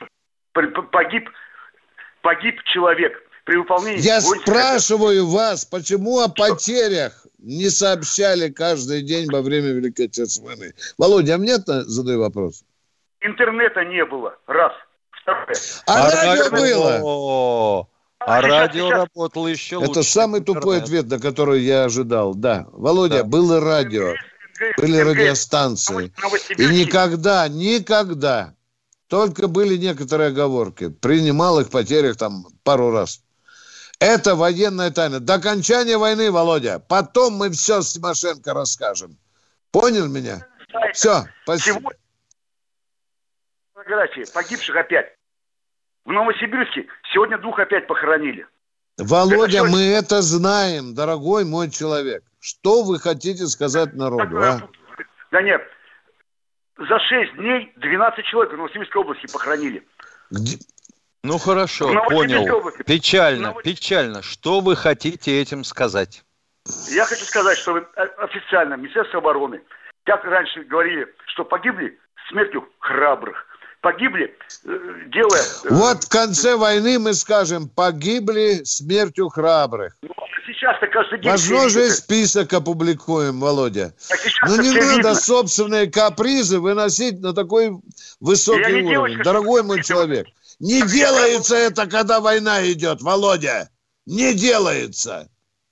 Погиб человек при выполнении...
Я спрашиваю вас, почему о потерях не сообщали каждый день во время Великой Отечественной войны? Володя, а мне задаю вопрос.
Интернета не было, раз. Второе.
А радио было.
А радио работало еще лучше.
Это самый тупой ответ, на который я ожидал. Да, Володя, было радио, были радиостанции. И никогда, только были некоторые оговорки. При немалых потерях там пару раз. Это военная тайна. До окончания войны, Володя. Потом мы все с Тимошенко расскажем. Понял меня? Все, спасибо.
Фотографии погибших опять. В Новосибирске сегодня 2 опять похоронили.
Володя, мы это знаем, дорогой мой человек. Что вы хотите сказать народу, а?
Да нет. За 6 дней 12 человек в Новосибирской области похоронили.
Где?
Ну хорошо, понял. Печально. Что вы хотите этим сказать?
Я хочу сказать, что официально Министерство обороны, как раньше говорили, что погибли смертью храбрых. Погибли, делая...
Вот в конце войны мы скажем, погибли смертью храбрых.
Сейчас-то каждый день...
Возможно, и список опубликуем, Володя. Но не надо собственные капризы выносить на такой высокий уровень. Дорогой мой человек, не делается это, когда война идет, Володя. Не делается.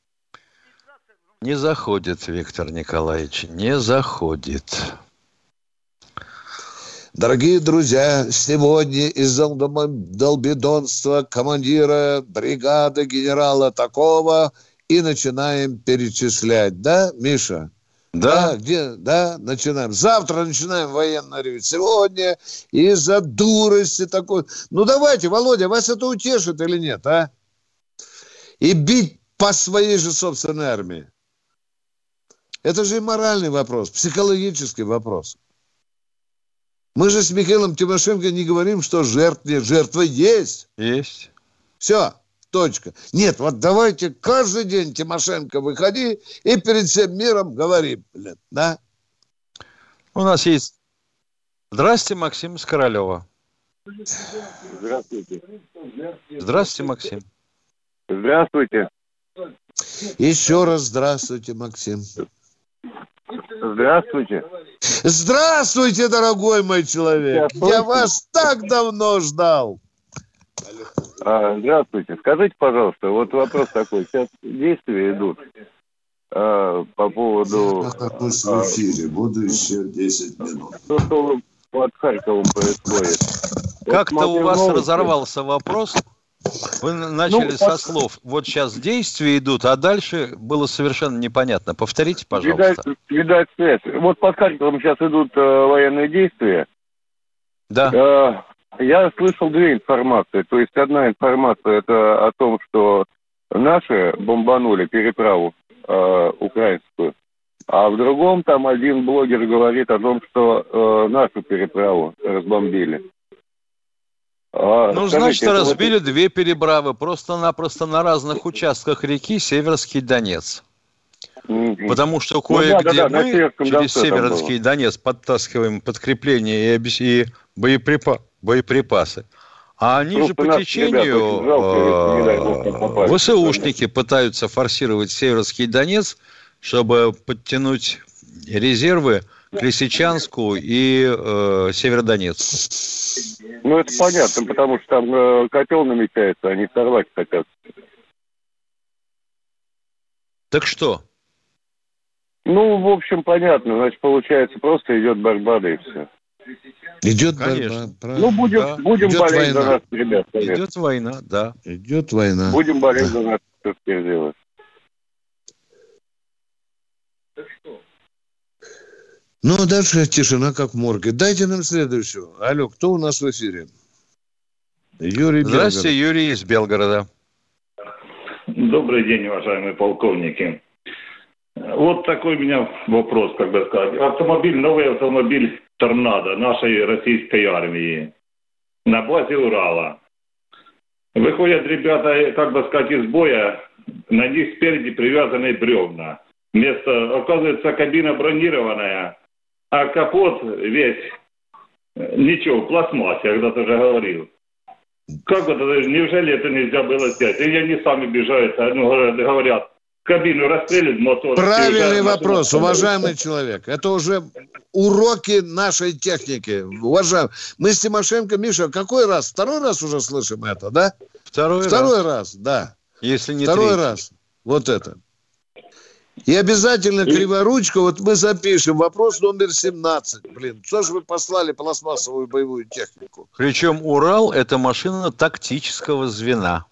Не заходит, Виктор Николаевич, не заходит.
Дорогие друзья, сегодня из-за долбидонства командира бригады генерала такого и начинаем перечислять. Да, Миша?
Да.
Да, начинаем. Завтра начинаем военное ревю. Сегодня из-за дурости такой. Ну, давайте, Володя, вас это утешит или нет, а? И бить по своей же собственной армии. Это же и моральный вопрос, психологический вопрос. Мы же с Михаилом Тимошенко не говорим, что жертв нет. Жертва есть.
Есть.
Все, точка. Нет, вот давайте каждый день, Тимошенко, выходи и перед всем миром говори, да?
У нас есть... Здравствуйте, Максим из Королева.
Здравствуйте.
Здравствуйте, Максим.
Здравствуйте.
Еще раз здравствуйте, Максим.
Здравствуйте.
Здравствуйте, дорогой мой человек. Я вас так давно ждал.
Здравствуйте. Скажите, пожалуйста, вот вопрос такой. Сейчас действия идут по поводу...
в эфире. Буду еще 10 минут.
Что под Харьковом происходит?
Как-то у вас разорвался вопрос. Вы начали со слов. Вот сейчас действия идут, а дальше было совершенно непонятно. Повторите, пожалуйста.
Видать связь. Вот под Харьковом сейчас идут военные действия.
Да.
Я слышал 2 информации. То есть одна информация это о том, что наши бомбанули переправу украинскую. А в другом там один блогер говорит о том, что нашу переправу разбомбили.
Значит, разбили 2 переправы просто-напросто на разных участках реки Северский Донец. Потому что кое-где мы через Северский Донец подтаскиваем подкрепления и боеприпасы. А они же по течению ВСУшники пытаются форсировать Северский Донец, чтобы подтянуть резервы к Лисичанску и Северодонецку.
Ну, это понятно, потому что там котел намечается, они сорвать хотят.
Так что?
Ну, в общем, понятно. Значит, получается, просто идет борьба, да и все.
Идет
борьба.
Ну, будем болеть за нас, ребят. Конечно.
Идет война, да.
Идет война.
Будем болеть за нас, что теперь делать.
Так что? Ну, а дальше тишина, как в морге. Дайте нам следующего. Алло, кто у нас в эфире? Юрий.
Здравствуйте, Белгород. Юрий из Белгорода.
Добрый день, уважаемые полковники. Вот такой у меня вопрос, как бы сказать. Новый автомобиль «Торнадо» нашей российской армии на базе Урала. Выходят ребята, как бы сказать, из боя, на них спереди привязаны бревна. Оказывается, кабина бронированная, а капот весь, ничего, в пластмассе, я когда-то уже говорил. Как это, неужели это нельзя было сделать? Или они сами бежают, говорят, кабину расстрелят, мотор...
Правильный вопрос, уважаемый человек. Это уже уроки нашей техники. Уважаемый. Мы с Тимошенко, Миша, какой раз? Второй раз уже слышим это, да? Второй раз, да.
Если не
Второй
третий.
раз. Вот это. И обязательно криворучка, вот мы запишем вопрос номер 17. Блин, что же вы послали пластмассовую боевую технику?
Причем Урал – это машина тактического звена.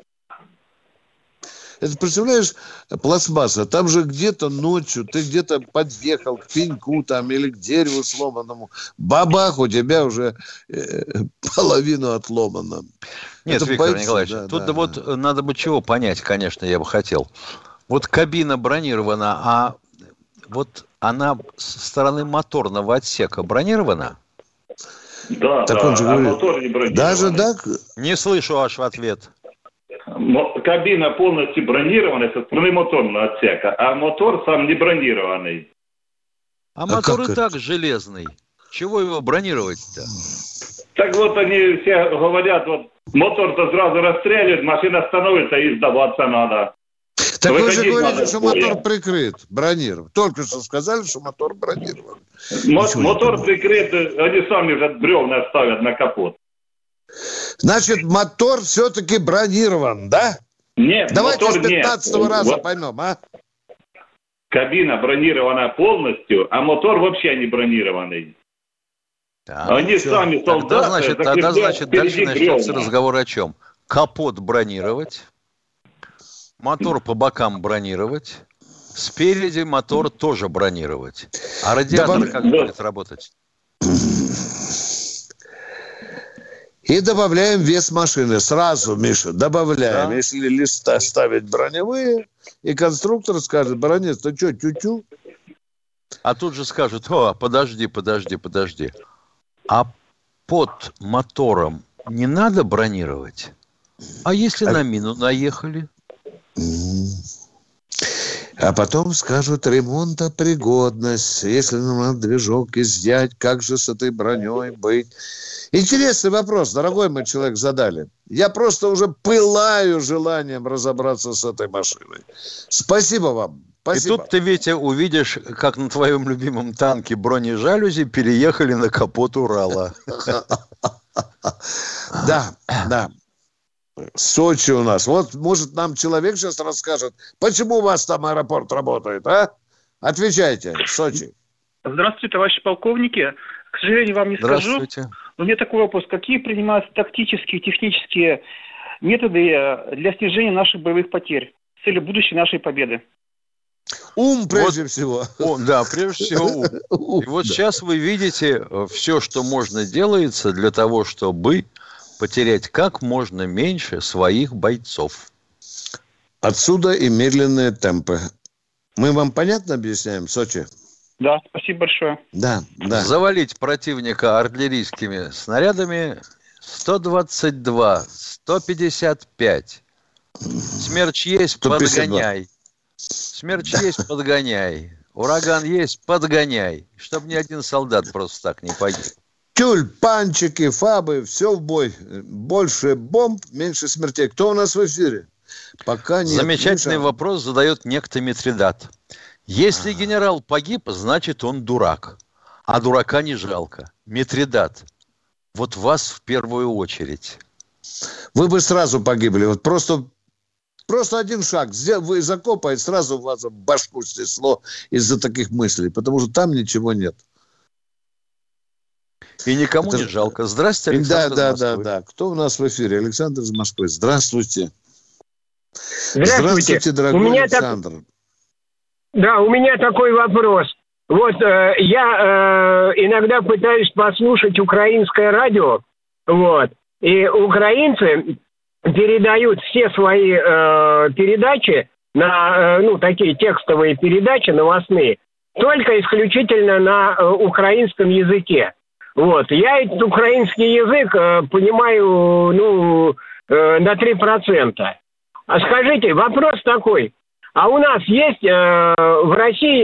Это, представляешь, пластмасса, там же где-то ночью, ты где-то подъехал к пеньку там или к дереву сломанному, бабах, у тебя уже половину отломана.
Нет,
это
Виктор
бойцы,
Николаевич, тут надо бы чего понять, конечно, я бы хотел. Вот кабина бронирована, а вот она со стороны моторного отсека бронирована?
Да,
так он же
а
говорит,
мотор не бронированный.
Даже так?
Не слышу ваш ответ.
Кабина полностью бронированная со стороны моторного отсека, а мотор сам не бронированный.
А мотор и так железный. Чего его бронировать-то?
Так вот они все говорят, вот мотор-то сразу расстреливают, машина становится и сдаваться надо.
Так вы же говорите, что мотор прикрыт, бронирован. Только что сказали, что мотор бронирован.
Мотор прикрыт, они сами же бревна ставят на капот.
Значит, мотор все-таки бронирован, да?
Нет,
давайте
мотор
с 15-го
нет.
раза поймем, а?
Кабина бронирована полностью, а мотор вообще не бронированный.
Так,
они сами солдаты...
Тогда, значит, дальше начнется разговор о чем? Капот бронировать, мотор по бокам бронировать, спереди мотор тоже бронировать. А радиатор как будет работать?
И добавляем вес машины. Сразу, Миша, добавляем.
Да.
Если листа ставить броневые, и конструктор скажет: бронец, ты что, тю-тю?
А тут же скажут: подожди. А под мотором не надо бронировать? А если на мину наехали?
А потом скажут: ремонтопригодность. Если нам надо движок изъять, как же с этой броней быть? Интересный вопрос, дорогой мой человек, задали. Я просто уже пылаю желанием разобраться с этой машиной. Спасибо вам. Спасибо.
И тут ты, Витя, увидишь, как на твоем любимом танке бронежалюзи переехали на капот Урала.
Да. Сочи у нас. Вот, может, нам человек сейчас расскажет, почему у вас там аэропорт работает, а? Отвечайте, Сочи.
Здравствуйте, товарищи полковники. К сожалению, вам не скажу. У меня такой вопрос. Какие принимаются тактические, технические методы для снижения наших боевых потерь с целью будущей нашей победы?
Ум прежде всего.
Да, прежде всего ум. И вот сейчас вы видите, все, что можно, делается для того, чтобы потерять как можно меньше своих бойцов.
Отсюда и медленные темпы. Мы вам понятно объясняем, Сочи?
Да, спасибо большое.
Да.
Завалить противника артиллерийскими снарядами 122, 155. Смерч есть, 152. Подгоняй. Смерч есть, подгоняй. Ураган есть, подгоняй. Чтобы ни один солдат просто так не погиб.
Тюльпанчики, фабы, все в бой. Больше бомб, меньше смертей. Кто у нас в эфире? Пока нет.
Замечательный вопрос задает некто Митридат. Если генерал погиб, значит он дурак. А дурака не жалко. Митридат, вот вас в первую очередь.
Вы бы сразу погибли. Вот просто один шаг. Вы закопаете, сразу вас в башку снесло из-за таких мыслей. Потому что там ничего нет.
И никому не жалко. Здравствуйте, Александр.
Да. Кто у нас в эфире? Александр из Москвы. Здравствуйте.
Здравствуйте,
дорогой Александр.
Да, у меня такой вопрос. Вот я иногда пытаюсь послушать украинское радио, вот, и украинцы передают все свои передачи на, такие текстовые передачи новостные, только исключительно на украинском языке. Вот, я этот украинский язык понимаю, на 3%. А скажите, вопрос такой. А у нас есть в России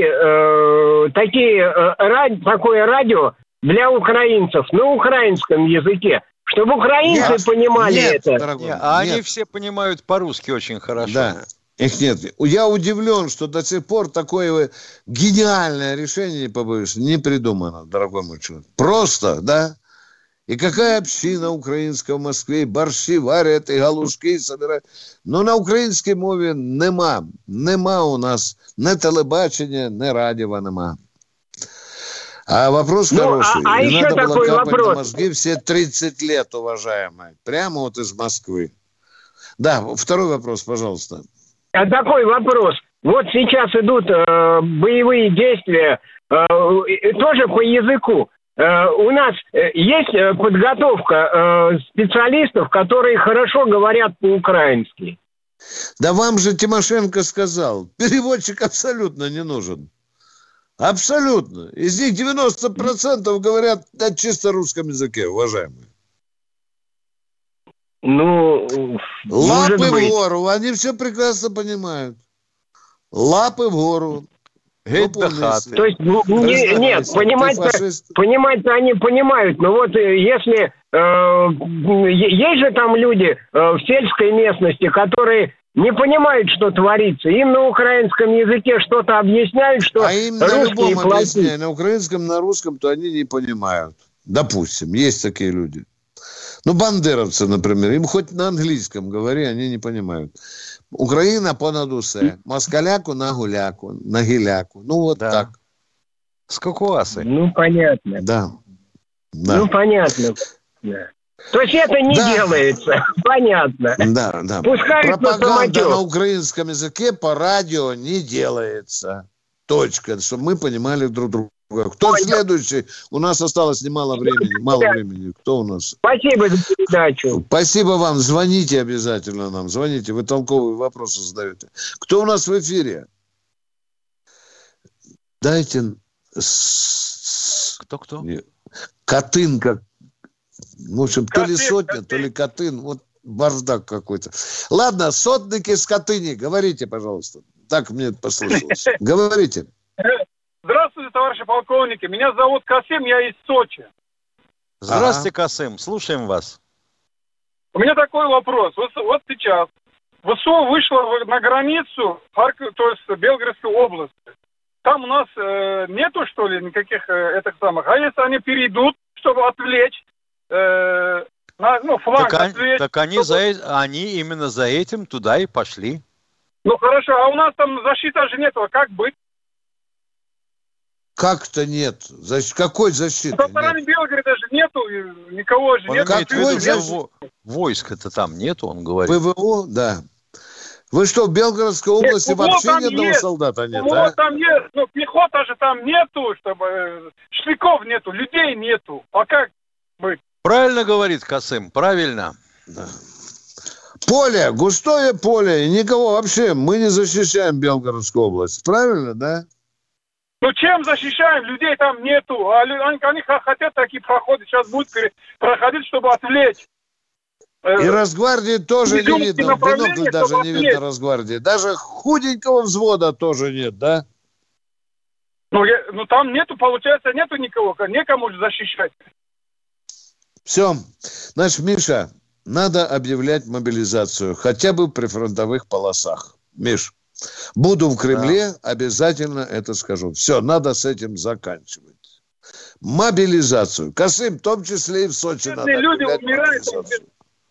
такое радио для украинцев на украинском языке, чтобы украинцы понимали это?
Дорогой, они все понимают по-русски очень хорошо.
Да, их нет. Я удивлен, что до сих пор такое гениальное решение, не побоюсь, не придумано, дорогой мой человек. Просто, да? И какая община українська в Москві, борщі варять, і галушки собирають. Ну, на українській мові нема у нас ні телебачення, ні радіо нема. А вопрос хороший. Не надо было капать на мозги все 30 лет, уважаемые. Прямо вот из Москвы. Да, второй вопрос, пожалуйста.
Такой вопрос. Вот сейчас идут боевые действия тоже по языку. У нас есть подготовка специалистов, которые хорошо говорят по-украински.
Да вам же Тимошенко сказал, переводчик абсолютно не нужен. Абсолютно. Из них 90% говорят на чисто русском языке, уважаемые.
Лапы
в гору, они все прекрасно понимают. Лапы в гору.
То есть, нет, понимать-то они понимают, но вот если есть же там люди в сельской местности, которые не понимают, что творится, им на украинском языке что-то объясняют, что
им на любом объясняют, на украинском, на русском, то они не понимают. Допустим, есть такие люди. Ну, бандеровцы, например, им хоть на английском говори, они не понимают. Україна понад усе. Москаляку на гуляку, на гіляку. Ну, вот так.
Скокуасы.
Ну, понятно.
Да.
Ну, понятно. Да. То есть это не делается. Понятно.
Да. Пропаганда на украинском языке по радио не делается. Точка. Чтобы мы понимали друг друга. Кто следующий? У нас осталось немало времени. Мало времени. Кто у нас?
Спасибо за передачу.
Спасибо вам. Звоните обязательно нам. Звоните. Вы толковые вопросы задаете. Кто у нас в эфире? Дайте...
Кто?
Катынка. В общем, то ли сотня, то ли Катын. Вот бардак какой-то. Ладно, сотники с Катыни. Говорите, пожалуйста. Так мне послышалось. Говорите.
Здравствуйте, товарищи полковники. Меня зовут Касым, я из Сочи.
Здравствуйте, Касым. Слушаем вас.
У меня такой вопрос. Вот сейчас ВСУ вышло на границу, то есть Белгородской области. Там у нас нету, что ли, никаких этих самых. А если они перейдут, чтобы отвлечь, фланг отвлечь...
Так они именно за этим туда и пошли.
Ну хорошо, а у нас там защиты же нету, а как быть?
Как-то нет. Какой защиты?
Со стороны Белгорода же нету, никого же нет.
Какой защиты?
Войск-то там нету, он говорит.
ПВО, да. Вы что, в Белгородской области вообще ни одного солдата нет,
а? Там есть, пехота же там нету, чтобы шликов нету, людей нету. А как быть?
Правильно говорит Касым, правильно.
Да. Поле, густое поле, и никого вообще, мы не защищаем Белгородскую область. Правильно, да?
Ну, чем защищаем? Людей там нету. А они хотят такие проходы. Сейчас будут проходить, чтобы отвлечь.
И Росгвардии тоже не видно. В бинокль даже не видно Росгвардии. Даже худенького взвода тоже нет, да?
Ну, там нету, получается, нету никого. Некому же защищать.
Все. Значит, Миша, надо объявлять мобилизацию. Хотя бы в прифронтовых полосах. Миш. Буду в Кремле, обязательно это скажу. Все, надо с этим заканчивать. Мобилизацию. Касым, в том числе и в Сочи надо объявлять мобилизацию.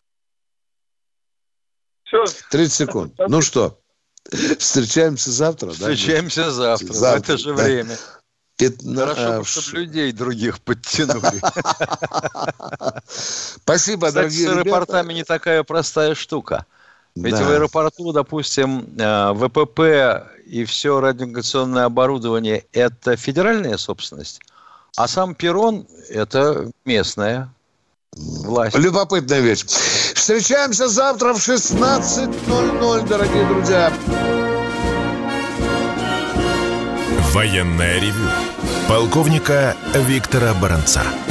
30 секунд. Ну что, встречаемся завтра?
Встречаемся завтра. В это же время. Хорошо, чтобы людей других подтянули.
Спасибо, дорогие ребята.
С аэропортами не такая простая штука. Ведь в аэропорту, допустим, ВПП и все радиолокационное оборудование – это федеральная собственность, а сам перрон – это местная власть.
Любопытная вещь. Встречаемся завтра в 16:00, дорогие друзья.
Военное ревю полковника Виктора Баранца.